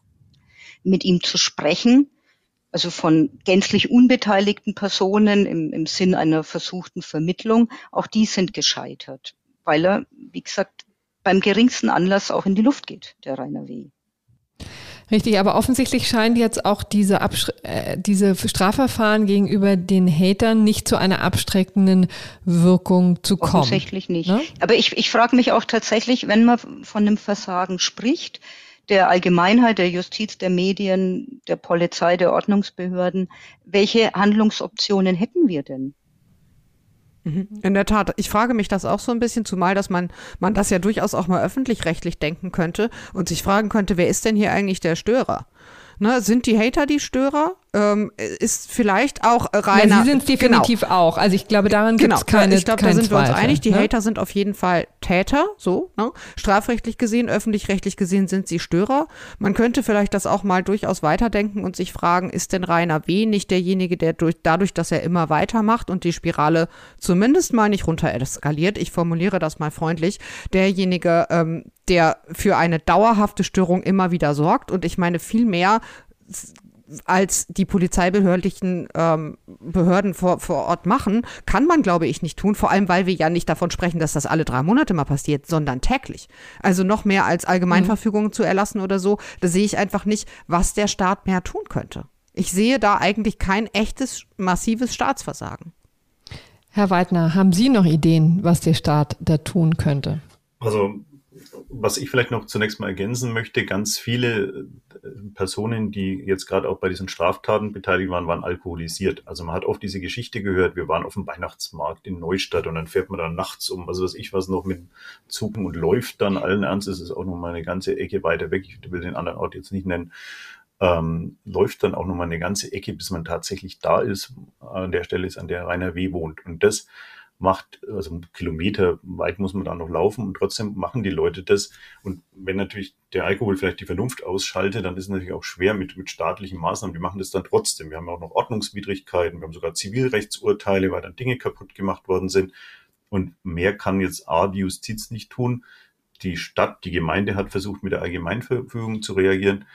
mit ihm zu sprechen, also von gänzlich unbeteiligten Personen im, im Sinn einer versuchten Vermittlung. Auch die sind gescheitert, weil er, wie gesagt, beim geringsten Anlass auch in die Luft geht, der Rainer W. Richtig, aber offensichtlich scheint jetzt auch diese, Absch- äh, diese Strafverfahren gegenüber den Hatern nicht zu einer abschreckenden Wirkung zu kommen. Offensichtlich nicht. Ne? Aber ich, ich frage mich auch tatsächlich, wenn man von einem Versagen spricht, der Allgemeinheit, der Justiz, der Medien, der Polizei, der Ordnungsbehörden, welche Handlungsoptionen hätten wir denn? In der Tat. Ich frage mich das auch so ein bisschen, zumal, dass man, man das ja durchaus auch mal öffentlich-rechtlich denken könnte und sich fragen könnte, wer ist denn hier eigentlich der Störer? Ne, sind die Hater die Störer? Ähm, ist vielleicht auch Rainer... Ja, sie sind es definitiv genau. auch. Also ich glaube, daran gibt es genau. keine Ich glaube, da sind wir uns einig. Die ne? Hater sind auf jeden Fall Täter, so. Ne? Strafrechtlich gesehen, öffentlich-rechtlich gesehen sind sie Störer. Man könnte vielleicht das auch mal durchaus weiterdenken und sich fragen, ist denn Rainer W. nicht derjenige, der durch, dadurch, dass er immer weitermacht und die Spirale zumindest mal nicht runter eskaliert, ich formuliere das mal freundlich, derjenige, ähm, der für eine dauerhafte Störung immer wieder sorgt. Und ich meine, viel mehr als die polizeibehördlichen ähm, Behörden vor, vor Ort machen, kann man, glaube ich, nicht tun. Vor allem, weil wir ja nicht davon sprechen, dass das alle drei Monate mal passiert, sondern täglich. Also noch mehr als Allgemeinverfügungen mhm. zu erlassen oder so, da sehe ich einfach nicht, was der Staat mehr tun könnte. Ich sehe da eigentlich kein echtes, massives Staatsversagen. Herr Weidner, haben Sie noch Ideen, was der Staat da tun könnte? Also was ich vielleicht noch zunächst mal ergänzen möchte, ganz viele Personen, die jetzt gerade auch bei diesen Straftaten beteiligt waren, waren alkoholisiert. Also man hat oft diese Geschichte gehört, wir waren auf dem Weihnachtsmarkt in Neustadt und dann fährt man dann nachts um, also was ich was noch mit Zug und läuft dann, allen Ernstes, ist auch noch mal eine ganze Ecke weiter weg, ich will den anderen Ort jetzt nicht nennen, ähm, läuft dann auch noch mal eine ganze Ecke, bis man tatsächlich da ist, an der Stelle ist, an der Rainer W. wohnt. Und das macht, also einen Kilometer weit muss man da noch laufen und trotzdem machen die Leute das. Und wenn natürlich der Alkohol vielleicht die Vernunft ausschaltet, dann ist es natürlich auch schwer mit, mit staatlichen Maßnahmen. Die machen das dann trotzdem. Wir haben auch noch Ordnungswidrigkeiten, wir haben sogar Zivilrechtsurteile, weil dann Dinge kaputt gemacht worden sind. Und mehr kann jetzt A, die Justiz nicht tun. Die Stadt, die Gemeinde hat versucht, mit der Allgemeinverfügung zu reagieren.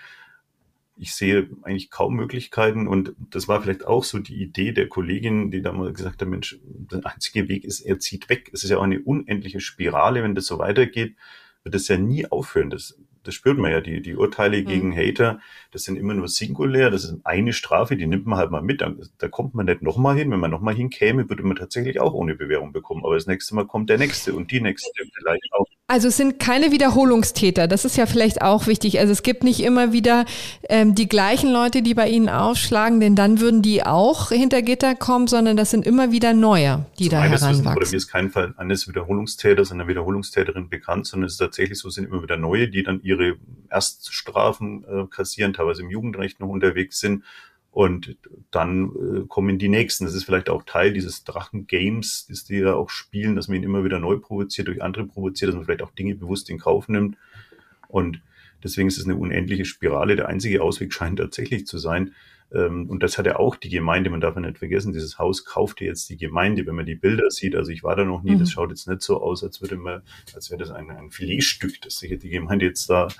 Ich sehe eigentlich kaum Möglichkeiten und das war vielleicht auch so die Idee der Kollegin, die da mal gesagt hat, Mensch, der einzige Weg ist, er zieht weg. Es ist ja auch eine unendliche Spirale, wenn das so weitergeht, wird das ja nie aufhören. Das, das spürt man ja, die, die Urteile mhm. gegen Hater, das sind immer nur singulär, das ist eine Strafe, die nimmt man halt mal mit, da, da kommt man nicht nochmal hin. Wenn man nochmal hinkäme, würde man tatsächlich auch ohne Bewährung bekommen, aber das nächste Mal kommt der Nächste und die Nächste vielleicht auch. Also es sind keine Wiederholungstäter, das ist ja vielleicht auch wichtig. Also es gibt nicht immer wieder ähm, die gleichen Leute, die bei Ihnen aufschlagen, denn dann würden die auch hinter Gitter kommen, sondern das sind immer wieder neue, die so da heranwachsen. Wissen, oder mir ist kein Fall eines Wiederholungstäters, einer Wiederholungstäterin bekannt, sondern es ist tatsächlich so, sind immer wieder neue, die dann ihre Erststrafen äh, kassieren, teilweise im Jugendrecht noch unterwegs sind. Und dann äh, kommen die Nächsten. Das ist vielleicht auch Teil dieses Drachen-Games, das die ja auch spielen, dass man ihn immer wieder neu provoziert, durch andere provoziert, dass man vielleicht auch Dinge bewusst in Kauf nimmt. Und deswegen ist es eine unendliche Spirale. Der einzige Ausweg scheint tatsächlich zu sein. Ähm, und das hat ja auch die Gemeinde, man darf ja nicht vergessen, dieses Haus kaufte jetzt die Gemeinde, wenn man die Bilder sieht. Also ich war da noch nie, mhm. das schaut jetzt nicht so aus, als würde man, als wäre das ein, ein Filetstück, das sich die Gemeinde jetzt da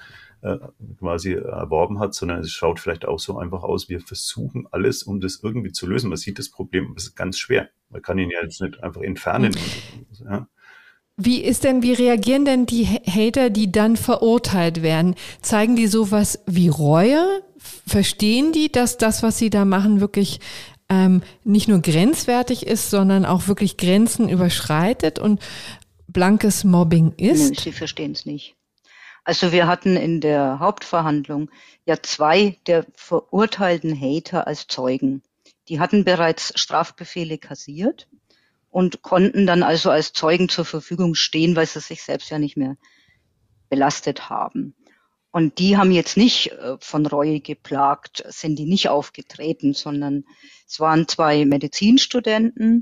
quasi erworben hat, sondern es schaut vielleicht auch so einfach aus, wir versuchen alles, um das irgendwie zu lösen. Man sieht das Problem, aber es ist ganz schwer. Man kann ihn ja jetzt nicht einfach entfernen. Mhm. Ja. Wie ist denn, wie reagieren denn die Hater, die dann verurteilt werden? Zeigen die sowas wie Reue? Verstehen die, dass das, was sie da machen, wirklich ähm, nicht nur grenzwertig ist, sondern auch wirklich Grenzen überschreitet und blankes Mobbing ist? Nö, sie verstehen es nicht. Also wir hatten in der Hauptverhandlung ja zwei der verurteilten Hater als Zeugen. Die hatten bereits Strafbefehle kassiert und konnten dann also als Zeugen zur Verfügung stehen, weil sie sich selbst ja nicht mehr belastet haben. Und die haben jetzt nicht von Reue geplagt, sind die nicht aufgetreten, sondern es waren zwei Medizinstudenten,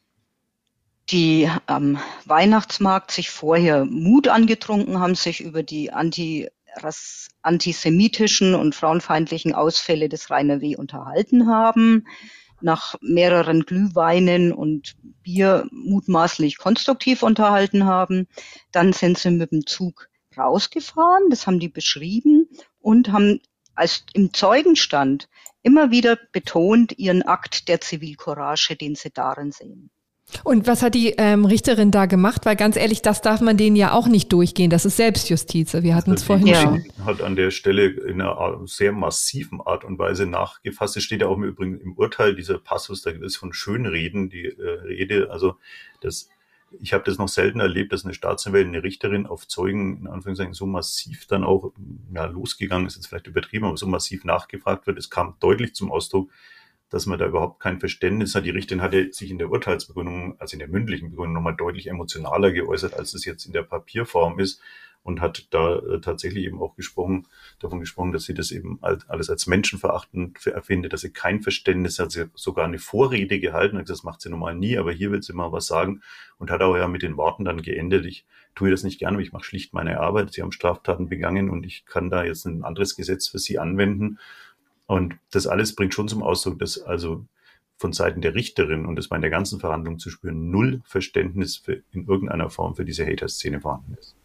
die am Weihnachtsmarkt sich vorher Mut angetrunken haben, sich über die anti, ras, antisemitischen und frauenfeindlichen Ausfälle des Rainer W. unterhalten haben, nach mehreren Glühweinen und Bier mutmaßlich konstruktiv unterhalten haben. Dann sind sie mit dem Zug rausgefahren, das haben die beschrieben und haben als im Zeugenstand immer wieder betont ihren Akt der Zivilcourage, den sie darin sehen. Und was hat die ähm, Richterin da gemacht? Weil ganz ehrlich, das darf man denen ja auch nicht durchgehen. Das ist Selbstjustiz. Wir hatten es vorhin ja. schon. Hat an der Stelle in einer sehr massiven Art und Weise nachgefasst. Es steht ja auch im Übrigen im Urteil, dieser Passus, da gibt es von Schönreden die äh, Rede. Also das, ich habe das noch selten erlebt, dass eine Staatsanwältin, eine Richterin auf Zeugen in Anführungszeichen so massiv dann auch ja, losgegangen ist, jetzt vielleicht übertrieben, aber so massiv nachgefragt wird. Es kam deutlich zum Ausdruck, dass man da überhaupt kein Verständnis hat. Die Richterin hatte sich in der Urteilsbegründung, also in der mündlichen Begründung, nochmal deutlich emotionaler geäußert, als es jetzt in der Papierform ist und hat da äh, tatsächlich eben auch gesprochen, davon gesprochen, dass sie das eben als, alles als menschenverachtend erfindet, dass sie kein Verständnis hat. Sie hat sogar eine Vorrede gehalten, das macht sie normal nie, aber hier will sie mal was sagen und hat auch ja mit den Worten dann geendet, ich tue das nicht gerne, aber ich mache schlicht meine Arbeit. Sie haben Straftaten begangen und ich kann da jetzt ein anderes Gesetz für sie anwenden. Und das alles bringt schon zum Ausdruck, dass also von Seiten der Richterin, und das war in der ganzen Verhandlung zu spüren, null Verständnis für, in irgendeiner Form für diese Hater-Szene vorhanden ist.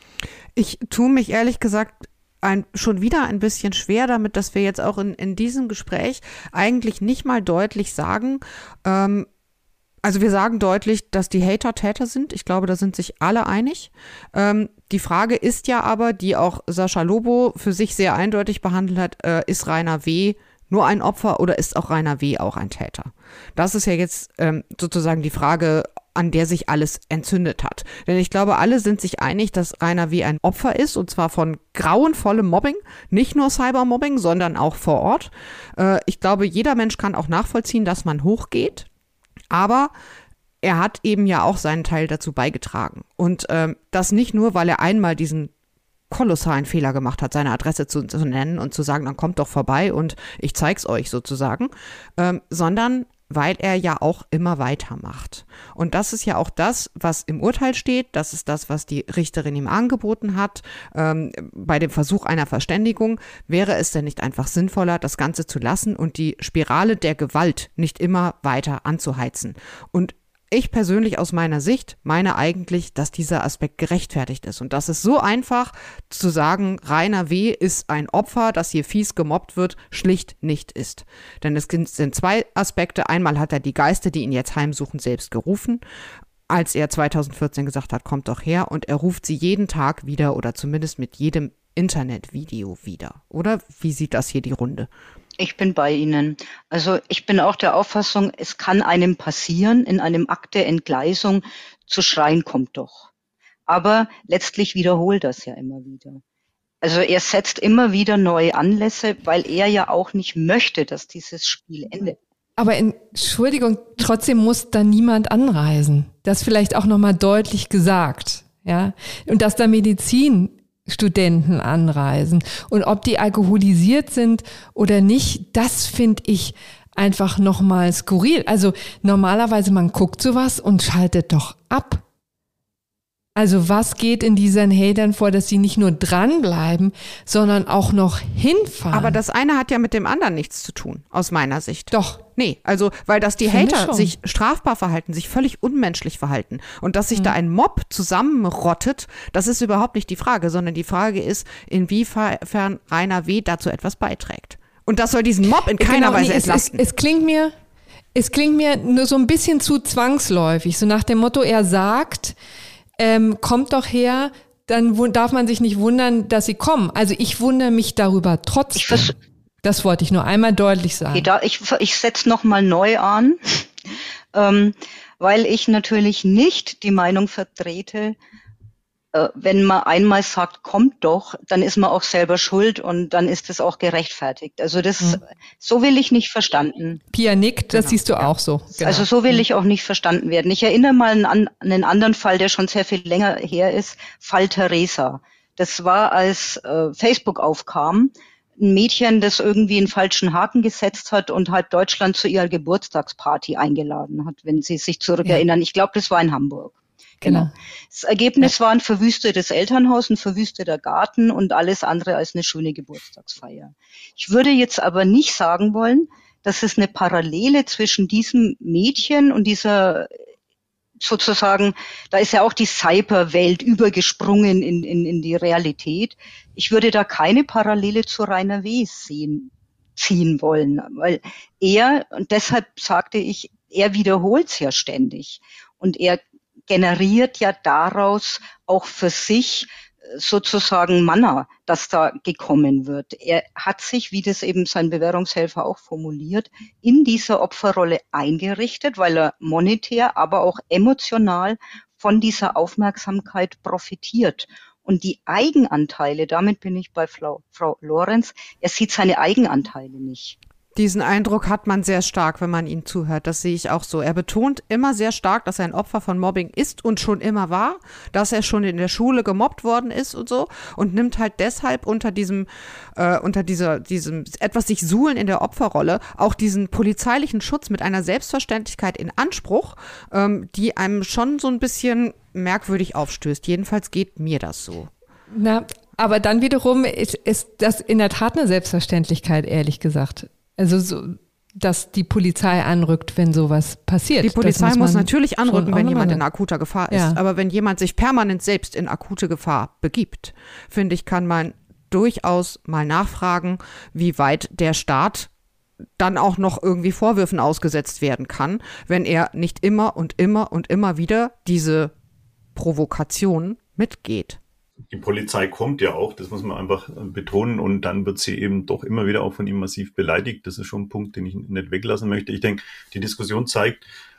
Ich tue mich ehrlich gesagt ein, schon wieder ein bisschen schwer damit, dass wir jetzt auch in, in diesem Gespräch eigentlich nicht mal deutlich sagen, ähm, also wir sagen deutlich, dass die Hater Täter sind. Ich glaube, da sind sich alle einig. Ähm, die Frage ist ja aber, die auch Sascha Lobo für sich sehr eindeutig behandelt hat, äh, ist Rainer W. nur ein Opfer oder ist auch Rainer W. auch ein Täter? Das ist ja jetzt ähm, sozusagen die Frage, an der sich alles entzündet hat. Denn ich glaube, alle sind sich einig, dass Rainer W. ein Opfer ist, und zwar von grauenvollem Mobbing, nicht nur Cybermobbing, sondern auch vor Ort. Äh, ich glaube, jeder Mensch kann auch nachvollziehen, dass man hochgeht, aber er hat eben ja auch seinen Teil dazu beigetragen. Und ähm, das nicht nur, weil er einmal diesen kolossalen Fehler gemacht hat, seine Adresse zu, zu nennen und zu sagen, dann kommt doch vorbei und ich zeig's euch sozusagen, ähm, sondern weil er ja auch immer weitermacht. Und das ist ja auch das, was im Urteil steht, das ist das, was die Richterin ihm angeboten hat. Ähm, bei dem Versuch einer Verständigung wäre es denn nicht einfach sinnvoller, das Ganze zu lassen und die Spirale der Gewalt nicht immer weiter anzuheizen. Und ich persönlich aus meiner Sicht meine eigentlich, dass dieser Aspekt gerechtfertigt ist. Und das ist so einfach zu sagen, Rainer W. ist ein Opfer, das hier fies gemobbt wird, schlicht nicht ist. Denn es sind zwei Aspekte. Einmal hat er die Geister, die ihn jetzt heimsuchen, selbst gerufen, als er zweitausendvierzehn gesagt hat, kommt doch her. Und er ruft sie jeden Tag wieder oder zumindest mit jedem Internetvideo wieder. Oder wie sieht das hier die Runde? Ich bin bei Ihnen. Also ich bin auch der Auffassung, es kann einem passieren, in einem Akt der Entgleisung zu schreien, kommt doch. Aber letztlich wiederholt das ja immer wieder. Also er setzt immer wieder neue Anlässe, weil er ja auch nicht möchte, dass dieses Spiel endet. Aber Entschuldigung, trotzdem muss da niemand anreisen. Das vielleicht auch nochmal deutlich gesagt, ja. Und dass da Medizin Studenten anreisen. Und ob die alkoholisiert sind oder nicht, das finde ich einfach nochmal skurril. Also normalerweise, man guckt sowas und schaltet doch ab. Also was geht in diesen Hatern vor, dass sie nicht nur dranbleiben, sondern auch noch hinfahren? Aber das eine hat ja mit dem anderen nichts zu tun, aus meiner Sicht. Doch. Nee, also weil dass die Finde Hater schon. sich strafbar verhalten, sich völlig unmenschlich verhalten und dass sich Mhm. da ein Mob zusammenrottet, das ist überhaupt nicht die Frage, sondern die Frage ist, inwiefern Rainer W. dazu etwas beiträgt. Und das soll diesen Mob in keiner Genau, Weise nee, es, entlasten. es, es klingt mir, es klingt mir nur so ein bisschen zu zwangsläufig, so nach dem Motto, er sagt, ähm, kommt doch her, dann wu- darf man sich nicht wundern, dass sie kommen. Also ich wundere mich darüber Ich trotzdem. vers- Das wollte ich nur einmal deutlich sagen. Okay, da, ich ich setze nochmal neu an, ähm, weil ich natürlich nicht die Meinung vertrete, äh, wenn man einmal sagt, kommt doch, dann ist man auch selber schuld und dann ist es auch gerechtfertigt. Also das, Mhm. so will ich nicht verstanden. Pia nickt, das Genau, siehst du ja. auch so. Genau. Also so will ich auch nicht verstanden werden. Ich erinnere mal an einen anderen Fall, der schon sehr viel länger her ist, Fall Theresa. Das war, als äh, Facebook aufkam, ein Mädchen, das irgendwie einen falschen Haken gesetzt hat und halb Deutschland zu ihrer Geburtstagsparty eingeladen hat, wenn Sie sich zurückerinnern. Ich glaube, das war in Hamburg. Genau. Das Ergebnis war ein verwüstetes Elternhaus, ein verwüsteter Garten und alles andere als eine schöne Geburtstagsfeier. Ich würde jetzt aber nicht sagen wollen, dass es eine Parallele zwischen diesem Mädchen und dieser sozusagen, da ist ja auch die Cyberwelt übergesprungen in, in, in die Realität. Ich würde da keine Parallele zu Rainer W. sehen, ziehen wollen, weil er, und deshalb sagte ich, er wiederholt es ja ständig und er generiert ja daraus auch für sich sozusagen Manna, das da gekommen wird. Er hat sich, wie das eben sein Bewährungshelfer auch formuliert, in dieser Opferrolle eingerichtet, weil er monetär, aber auch emotional von dieser Aufmerksamkeit profitiert. Und die Eigenanteile, damit bin ich bei Frau, Frau Lorenz, er sieht seine Eigenanteile nicht. Diesen Eindruck hat man sehr stark, wenn man ihm zuhört. Das sehe ich auch so. Er betont immer sehr stark, dass er ein Opfer von Mobbing ist und schon immer war, dass er schon in der Schule gemobbt worden ist und so und nimmt halt deshalb unter diesem, äh, unter dieser, diesem etwas sich suhlen in der Opferrolle auch diesen polizeilichen Schutz mit einer Selbstverständlichkeit in Anspruch, ähm, die einem schon so ein bisschen merkwürdig aufstößt. Jedenfalls geht mir das so. Na, aber dann wiederum ist, ist das in der Tat eine Selbstverständlichkeit, ehrlich gesagt. Also so, dass die Polizei anrückt, wenn sowas passiert. Die Polizei muss, muss man natürlich anrücken, schon wenn auch jemand nochmal in akuter Gefahr ist. Ja. Aber wenn jemand sich permanent selbst in akute Gefahr begibt, finde ich, kann man durchaus mal nachfragen, wie weit der Staat dann auch noch irgendwie Vorwürfen ausgesetzt werden kann, wenn er nicht immer und immer und immer wieder diese Provokation mitgeht. Die Polizei kommt ja auch, das muss man einfach betonen, und dann wird sie eben doch immer wieder auch von ihm massiv beleidigt. Das ist schon ein Punkt, den ich nicht weglassen möchte. Ich denke, die Diskussion zeigt,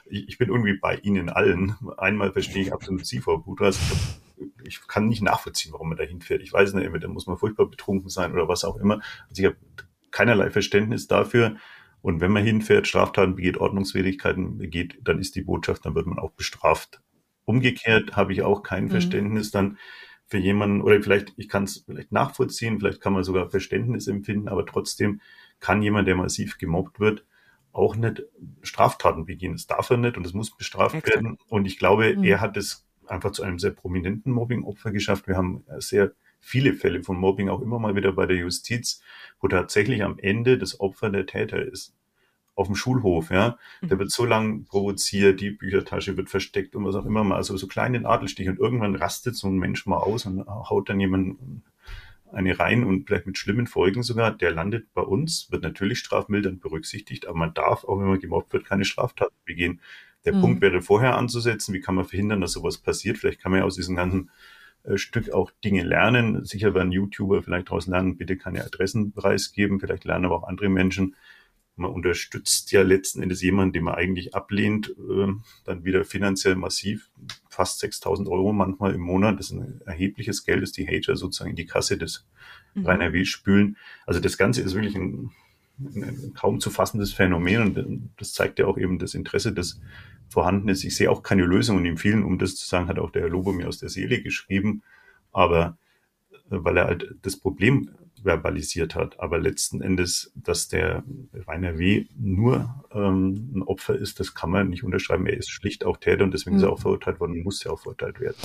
ich, ich bin irgendwie bei Ihnen allen. Einmal verstehe ich absolut Sie, Frau Budras. Ich kann nicht nachvollziehen, warum man da hinfährt. Ich weiß nicht, entweder muss man furchtbar betrunken sein oder was auch immer. Also ich habe keinerlei Verständnis dafür. Und wenn man hinfährt, Straftaten begeht, Ordnungswidrigkeiten begeht, dann ist die Botschaft, dann wird man auch bestraft. Umgekehrt habe ich auch kein mhm. Verständnis dann für jemanden, oder vielleicht, ich kann es vielleicht nachvollziehen, vielleicht kann man sogar Verständnis empfinden, aber trotzdem kann jemand, der massiv gemobbt wird, auch nicht Straftaten begehen. Das darf er nicht und es muss bestraft Exakt. werden. Und ich glaube, mhm. er hat es einfach zu einem sehr prominenten Mobbing-Opfer geschafft. Wir haben sehr viele Fälle von Mobbing auch immer mal wieder bei der Justiz, wo tatsächlich am Ende das Opfer der Täter ist. Auf dem Schulhof, ja. Der wird so lang provoziert, die Büchertasche wird versteckt und was auch immer mal. Also so kleine Nadelstiche und irgendwann rastet so ein Mensch mal aus und haut dann jemand eine rein und vielleicht mit schlimmen Folgen sogar. Der landet bei uns, wird natürlich strafmildernd berücksichtigt, aber man darf, auch wenn man gemobbt wird, keine Straftaten begehen. Der mhm. Punkt wäre vorher anzusetzen, wie kann man verhindern, dass sowas passiert? Vielleicht kann man ja aus diesem ganzen äh, Stück auch Dinge lernen. Sicher werden YouTuber vielleicht daraus lernen, bitte keine Adressen preisgeben, vielleicht lernen aber auch andere Menschen. Man unterstützt ja letzten Endes jemanden, den man eigentlich ablehnt, äh, dann wieder finanziell massiv, fast sechstausend Euro manchmal im Monat. Das ist ein erhebliches Geld, das die Hater sozusagen in die Kasse des mhm. Rainer W. spülen. Also das Ganze ist wirklich ein, ein, ein kaum zu fassendes Phänomen und das zeigt ja auch eben das Interesse, das vorhanden ist. Ich sehe auch keine Lösung und ihm vielen, um das zu sagen, hat auch der Herr Lobo mir aus der Seele geschrieben, aber äh, weil er halt das Problem verbalisiert hat. Aber letzten Endes, dass der Rainer W. nur ähm, ein Opfer ist, das kann man nicht unterschreiben. Er ist schlicht auch Täter und deswegen mhm. ist er auch verurteilt worden und muss ja auch verurteilt werden.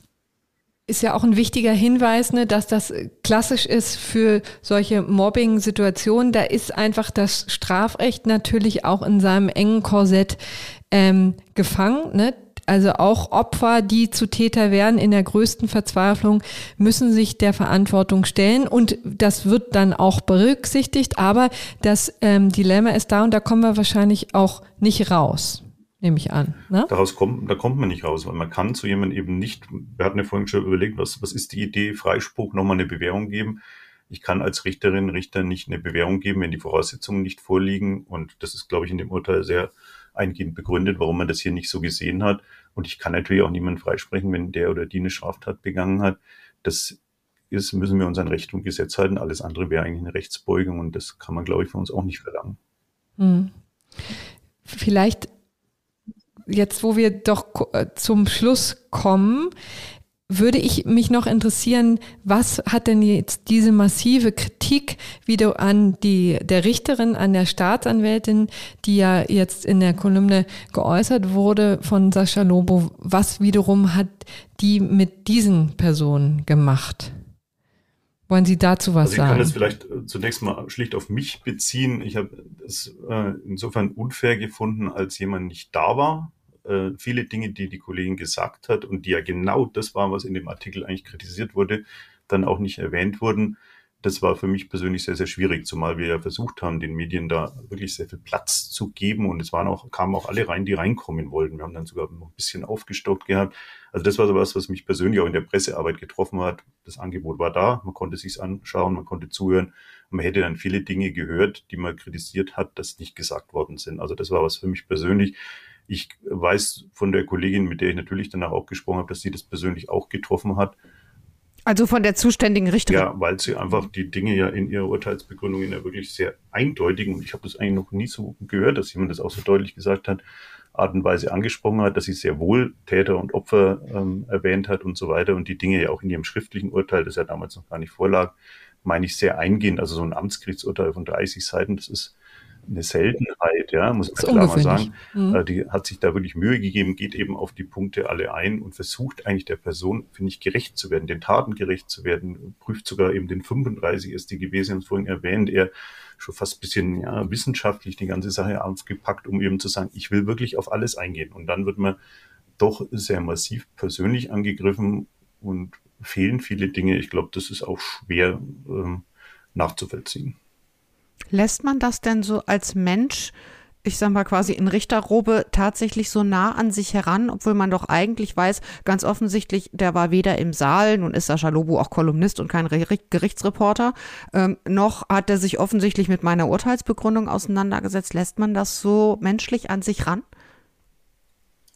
Ist ja auch ein wichtiger Hinweis, ne, dass das klassisch ist für solche Mobbing-Situationen. Da ist einfach das Strafrecht natürlich auch in seinem engen Korsett ähm, gefangen, ne? Also auch Opfer, die zu Täter werden, in der größten Verzweiflung, müssen sich der Verantwortung stellen und das wird dann auch berücksichtigt, aber das ähm, Dilemma ist da und da kommen wir wahrscheinlich auch nicht raus, nehme ich an. Ne? Daraus kommt, da kommt man nicht raus, weil man kann zu jemandem eben nicht, wir hatten ja vorhin schon überlegt, was, was ist die Idee, Freispruch, nochmal eine Bewährung geben. Ich kann als Richterin, Richter nicht eine Bewährung geben, wenn die Voraussetzungen nicht vorliegen und das ist, glaube ich, in dem Urteil sehr eingehend begründet, warum man das hier nicht so gesehen hat. Und ich kann natürlich auch niemanden freisprechen, wenn der oder die eine Straftat begangen hat. Das ist, müssen wir uns an Recht und Gesetz halten. Alles andere wäre eigentlich eine Rechtsbeugung und das kann man, glaube ich, von uns auch nicht verlangen. Hm. Vielleicht jetzt, wo wir doch zum Schluss kommen, würde ich mich noch interessieren, was hat denn jetzt diese massive Kritik wieder an die der Richterin, an der Staatsanwältin, die ja jetzt in der Kolumne geäußert wurde von Sascha Lobo, was wiederum hat die mit diesen Personen gemacht? Wollen Sie dazu was also ich sagen? Ich kann das vielleicht zunächst mal schlicht auf mich beziehen. Ich habe es äh, insofern unfair gefunden, als jemand nicht da war. Viele Dinge, die die Kollegin gesagt hat und die ja genau das war, was in dem Artikel eigentlich kritisiert wurde, dann auch nicht erwähnt wurden. Das war für mich persönlich sehr, sehr schwierig, zumal wir ja versucht haben, den Medien da wirklich sehr viel Platz zu geben und es waren auch, kamen auch alle rein, die reinkommen wollten. Wir haben dann sogar noch ein bisschen aufgestockt gehabt. Also das war so was, was mich persönlich auch in der Pressearbeit getroffen hat. Das Angebot war da, man konnte sich's anschauen, man konnte zuhören. Und man hätte dann viele Dinge gehört, die man kritisiert hat, dass nicht gesagt worden sind. Also das war was für mich persönlich. Ich weiß von der Kollegin, mit der ich natürlich danach auch gesprochen habe, dass sie das persönlich auch getroffen hat. Also von der zuständigen Richterin? Ja, weil sie einfach die Dinge ja in ihrer Urteilsbegründung in der wirklich sehr eindeutigen, und ich habe das eigentlich noch nie so gehört, dass jemand das auch so deutlich gesagt hat, Art und Weise angesprochen hat, dass sie sehr wohl Täter und Opfer ähm, erwähnt hat und so weiter und die Dinge ja auch in ihrem schriftlichen Urteil, das ja damals noch gar nicht vorlag, meine ich sehr eingehend. Also so ein Amtsgerichtsurteil von dreißig Seiten, das ist eine Seltenheit, ja, muss man klar mal sagen. Mhm. Die hat sich da wirklich Mühe gegeben, geht eben auf die Punkte alle ein und versucht eigentlich der Person, finde ich, gerecht zu werden, den Taten gerecht zu werden, prüft sogar eben den fünfunddreißig S t G B, Sie haben es vorhin erwähnt, er schon fast ein bisschen ja, wissenschaftlich die ganze Sache aufgepackt, um eben zu sagen, ich will wirklich auf alles eingehen. Und dann wird man doch sehr massiv persönlich angegriffen und fehlen viele Dinge. Ich glaube, das ist auch schwer ähm, nachzuvollziehen. Lässt man das denn so als Mensch, ich sag mal quasi in Richterrobe, tatsächlich so nah an sich heran, obwohl man doch eigentlich weiß, ganz offensichtlich, der war weder im Saal, nun ist Sascha Lobo auch Kolumnist und kein Gerichtsreporter, ähm, noch hat er sich offensichtlich mit meiner Urteilsbegründung auseinandergesetzt. Lässt man das so menschlich an sich ran?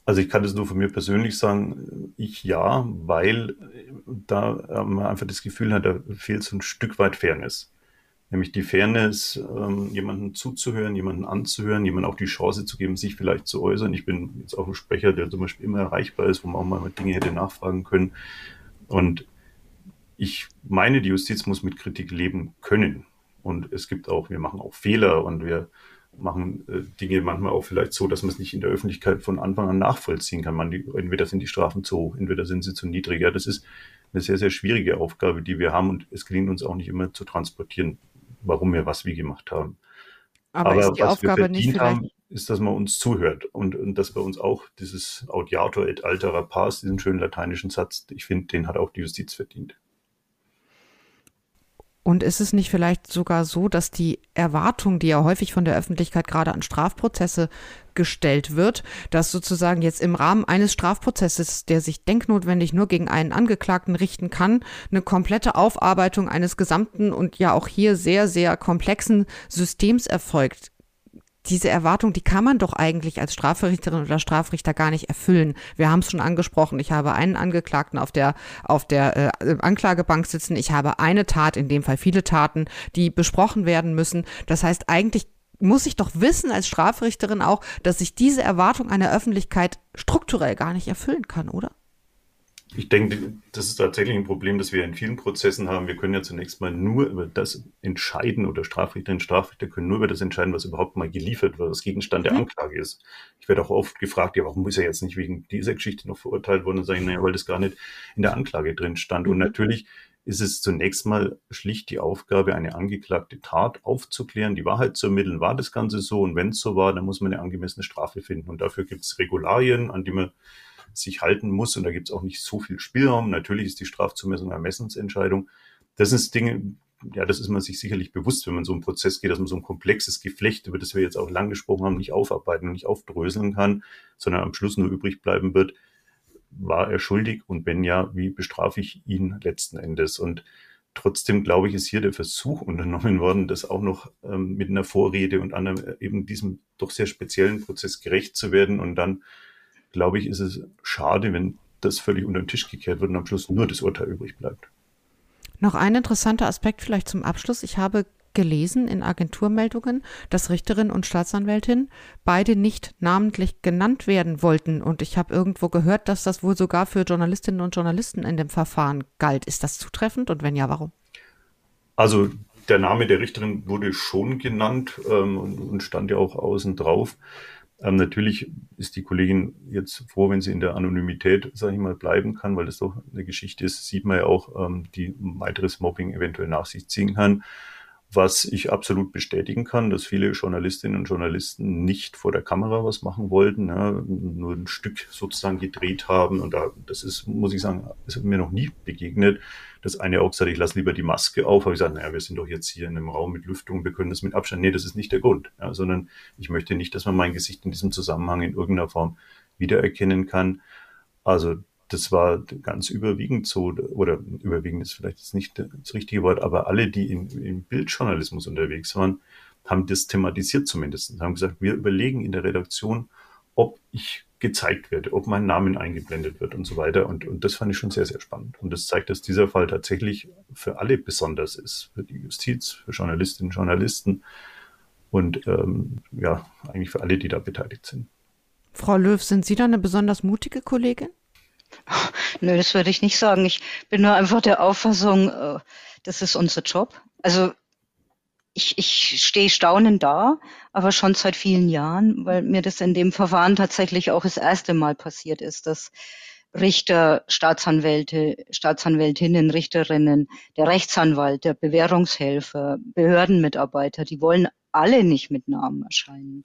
Also ich kann das nur von mir persönlich sagen, ich ja, weil da man einfach das Gefühl hat, da fehlt so ein Stück weit Fairness. Nämlich die Fairness, ähm, jemanden zuzuhören, jemanden anzuhören, jemandem auch die Chance zu geben, sich vielleicht zu äußern. Ich bin jetzt auch ein Sprecher, der zum Beispiel immer erreichbar ist, wo man auch mal Dinge hätte nachfragen können. Und ich meine, die Justiz muss mit Kritik leben können. Und es gibt auch, wir machen auch Fehler und wir machen äh, Dinge manchmal auch vielleicht so, dass man es nicht in der Öffentlichkeit von Anfang an nachvollziehen kann. Man die, entweder sind die Strafen zu hoch, entweder sind sie zu niedrig. Ja, das ist eine sehr, sehr schwierige Aufgabe, die wir haben und es gelingt uns auch nicht immer zu transportieren, warum wir was wie gemacht haben. Aber, Aber ist die was Aufgabe wir verdient nicht haben, ist, dass man uns zuhört und, und dass bei uns auch dieses Audiatur et altera pars, diesen schönen lateinischen Satz, ich finde, den hat auch die Justiz verdient. Und ist es nicht vielleicht sogar so, dass die Erwartung, die ja häufig von der Öffentlichkeit gerade an Strafprozesse gestellt wird, dass sozusagen jetzt im Rahmen eines Strafprozesses, der sich denknotwendig nur gegen einen Angeklagten richten kann, eine komplette Aufarbeitung eines gesamten und ja auch hier sehr, sehr komplexen Systems erfolgt? Diese Erwartung, die kann man doch eigentlich als Strafrichterin oder Strafrichter gar nicht erfüllen. Wir haben es schon angesprochen, ich habe einen Angeklagten auf der, auf der äh, Anklagebank sitzen, ich habe eine Tat, in dem Fall viele Taten, die besprochen werden müssen. Das heißt, eigentlich muss ich doch wissen als Strafrichterin auch, dass ich diese Erwartung einer Öffentlichkeit strukturell gar nicht erfüllen kann, oder? Ich denke, das ist tatsächlich ein Problem, das wir in vielen Prozessen haben. Wir können ja zunächst mal nur über das entscheiden oder Strafrichterinnen und Strafrichter können nur über das entscheiden, was überhaupt mal geliefert wird, was Gegenstand der Anklage ist. Ich werde auch oft gefragt, ja, warum ist er jetzt nicht wegen dieser Geschichte noch verurteilt worden? Und sage ich, naja, weil das gar nicht in der Anklage drin stand. Und natürlich ist es zunächst mal schlicht die Aufgabe, eine angeklagte Tat aufzuklären, die Wahrheit zu ermitteln. War das Ganze so? Und wenn es so war, dann muss man eine angemessene Strafe finden. Und dafür gibt es Regularien, an die man sich halten muss. Und da gibt es auch nicht so viel Spielraum. Natürlich ist die Strafzumessung eine Ermessensentscheidung. Das ist Dinge, ja, das ist man sich sicherlich bewusst, wenn man so einen Prozess geht, dass man so ein komplexes Geflecht, über das wir jetzt auch lang gesprochen haben, nicht aufarbeiten und nicht aufdröseln kann, sondern am Schluss nur übrig bleiben wird, war er schuldig und wenn ja, wie bestrafe ich ihn letzten Endes? Und trotzdem, glaube ich, ist hier der Versuch unternommen worden, das auch noch ähm, mit einer Vorrede und anderem eben diesem doch sehr speziellen Prozess gerecht zu werden. Und dann, glaube ich, ist es schade, wenn das völlig unter den Tisch gekehrt wird und am Schluss nur das Urteil übrig bleibt. Noch ein interessanter Aspekt vielleicht zum Abschluss. Ich habe gelesen in Agenturmeldungen, dass Richterin und Staatsanwältin beide nicht namentlich genannt werden wollten. Und ich habe irgendwo gehört, dass das wohl sogar für Journalistinnen und Journalisten in dem Verfahren galt. Ist das zutreffend und wenn ja, warum? Also der Name der Richterin wurde schon genannt ähm, und stand ja auch außen drauf. Ähm, natürlich ist die Kollegin jetzt froh, wenn sie in der Anonymität, sage ich mal, bleiben kann, weil das doch eine Geschichte ist, sieht man ja auch, ähm, die weiteres Mobbing eventuell nach sich ziehen kann. Was ich absolut bestätigen kann, dass viele Journalistinnen und Journalisten nicht vor der Kamera was machen wollten, ja, nur ein Stück sozusagen gedreht haben. Und da, das ist, muss ich sagen, ist mir noch nie begegnet. Das eine auch gesagt, ich lasse lieber die Maske auf. Habe ich gesagt, naja, wir sind doch jetzt hier in einem Raum mit Lüftung, wir können das mit Abstand. Nee, das ist nicht der Grund, ja, sondern ich möchte nicht, dass man mein Gesicht in diesem Zusammenhang in irgendeiner Form wiedererkennen kann. Also das war ganz überwiegend so, oder überwiegend ist vielleicht jetzt nicht das richtige Wort, aber alle, die in, im Bildjournalismus unterwegs waren, haben das thematisiert zumindest. Haben gesagt, wir überlegen in der Redaktion, ob ich gezeigt werde, ob mein Name eingeblendet wird und so weiter. Und, und das fand ich schon sehr, sehr spannend. Und das zeigt, dass dieser Fall tatsächlich für alle besonders ist. Für die Justiz, für Journalistinnen und Journalisten und ähm, ja, eigentlich für alle, die da beteiligt sind. Frau Löw, sind Sie da eine besonders mutige Kollegin? Nö, das würde ich nicht sagen. Ich bin nur einfach der Auffassung, das ist unser Job. Also ich, ich stehe staunend da, aber schon seit vielen Jahren, weil mir das in dem Verfahren tatsächlich auch das erste Mal passiert ist, dass Richter, Staatsanwälte, Staatsanwältinnen, Richterinnen, der Rechtsanwalt, der Bewährungshelfer, Behördenmitarbeiter, die wollen alle nicht mit Namen erscheinen.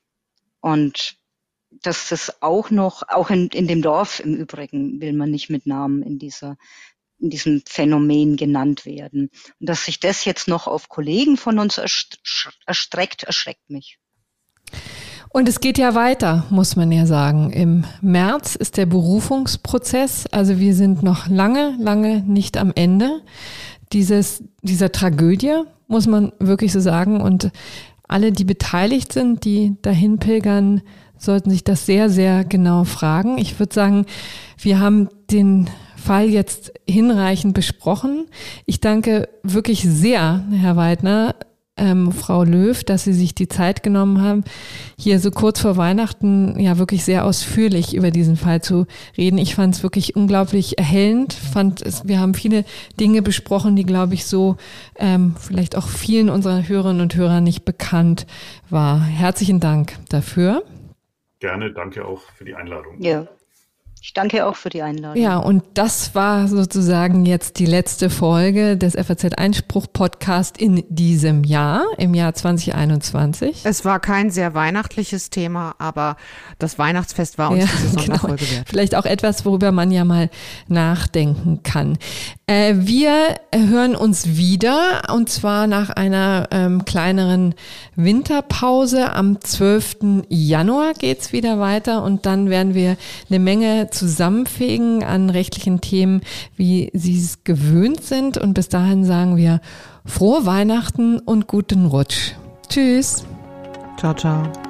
Und dass das auch noch, auch in, in dem Dorf im Übrigen, will man nicht mit Namen in dieser, in diesem Phänomen genannt werden. Und dass sich das jetzt noch auf Kollegen von uns erstreckt, erschreckt mich. Und es geht ja weiter, muss man ja sagen. Im März ist der Berufungsprozess, also wir sind noch lange, lange nicht am Ende dieses, dieser Tragödie, muss man wirklich so sagen. Und alle, die beteiligt sind, die dahin pilgern, sollten sich das sehr, sehr genau fragen. Ich würde sagen, wir haben den Fall jetzt hinreichend besprochen. Ich danke wirklich sehr, Herr Weidner, ähm, Frau Löw, dass Sie sich die Zeit genommen haben, hier so kurz vor Weihnachten ja wirklich sehr ausführlich über diesen Fall zu reden. Ich fand es wirklich unglaublich erhellend. Fand es, wir haben viele Dinge besprochen, die, glaube ich, so ähm, vielleicht auch vielen unserer Hörerinnen und Hörer nicht bekannt war. Herzlichen Dank dafür. Gerne, danke auch für die Einladung. Ja. Ich danke auch für die Einladung. Ja, und das war sozusagen jetzt die letzte Folge des F A Z-Einspruch-Podcast in diesem Jahr, im Jahr zwanzig einundzwanzig. Es war kein sehr weihnachtliches Thema, aber das Weihnachtsfest war uns ja, diese Sonderfolge genau. wert. Vielleicht auch etwas, worüber man ja mal nachdenken kann. Äh, wir hören uns wieder, und zwar nach einer ähm, kleineren Winterpause. Am zwölften Januar geht's wieder weiter, und dann werden wir eine Menge zusammenfegen an rechtlichen Themen, wie Sie es gewöhnt sind. Und bis dahin sagen wir frohe Weihnachten und guten Rutsch. Tschüss. Ciao, ciao.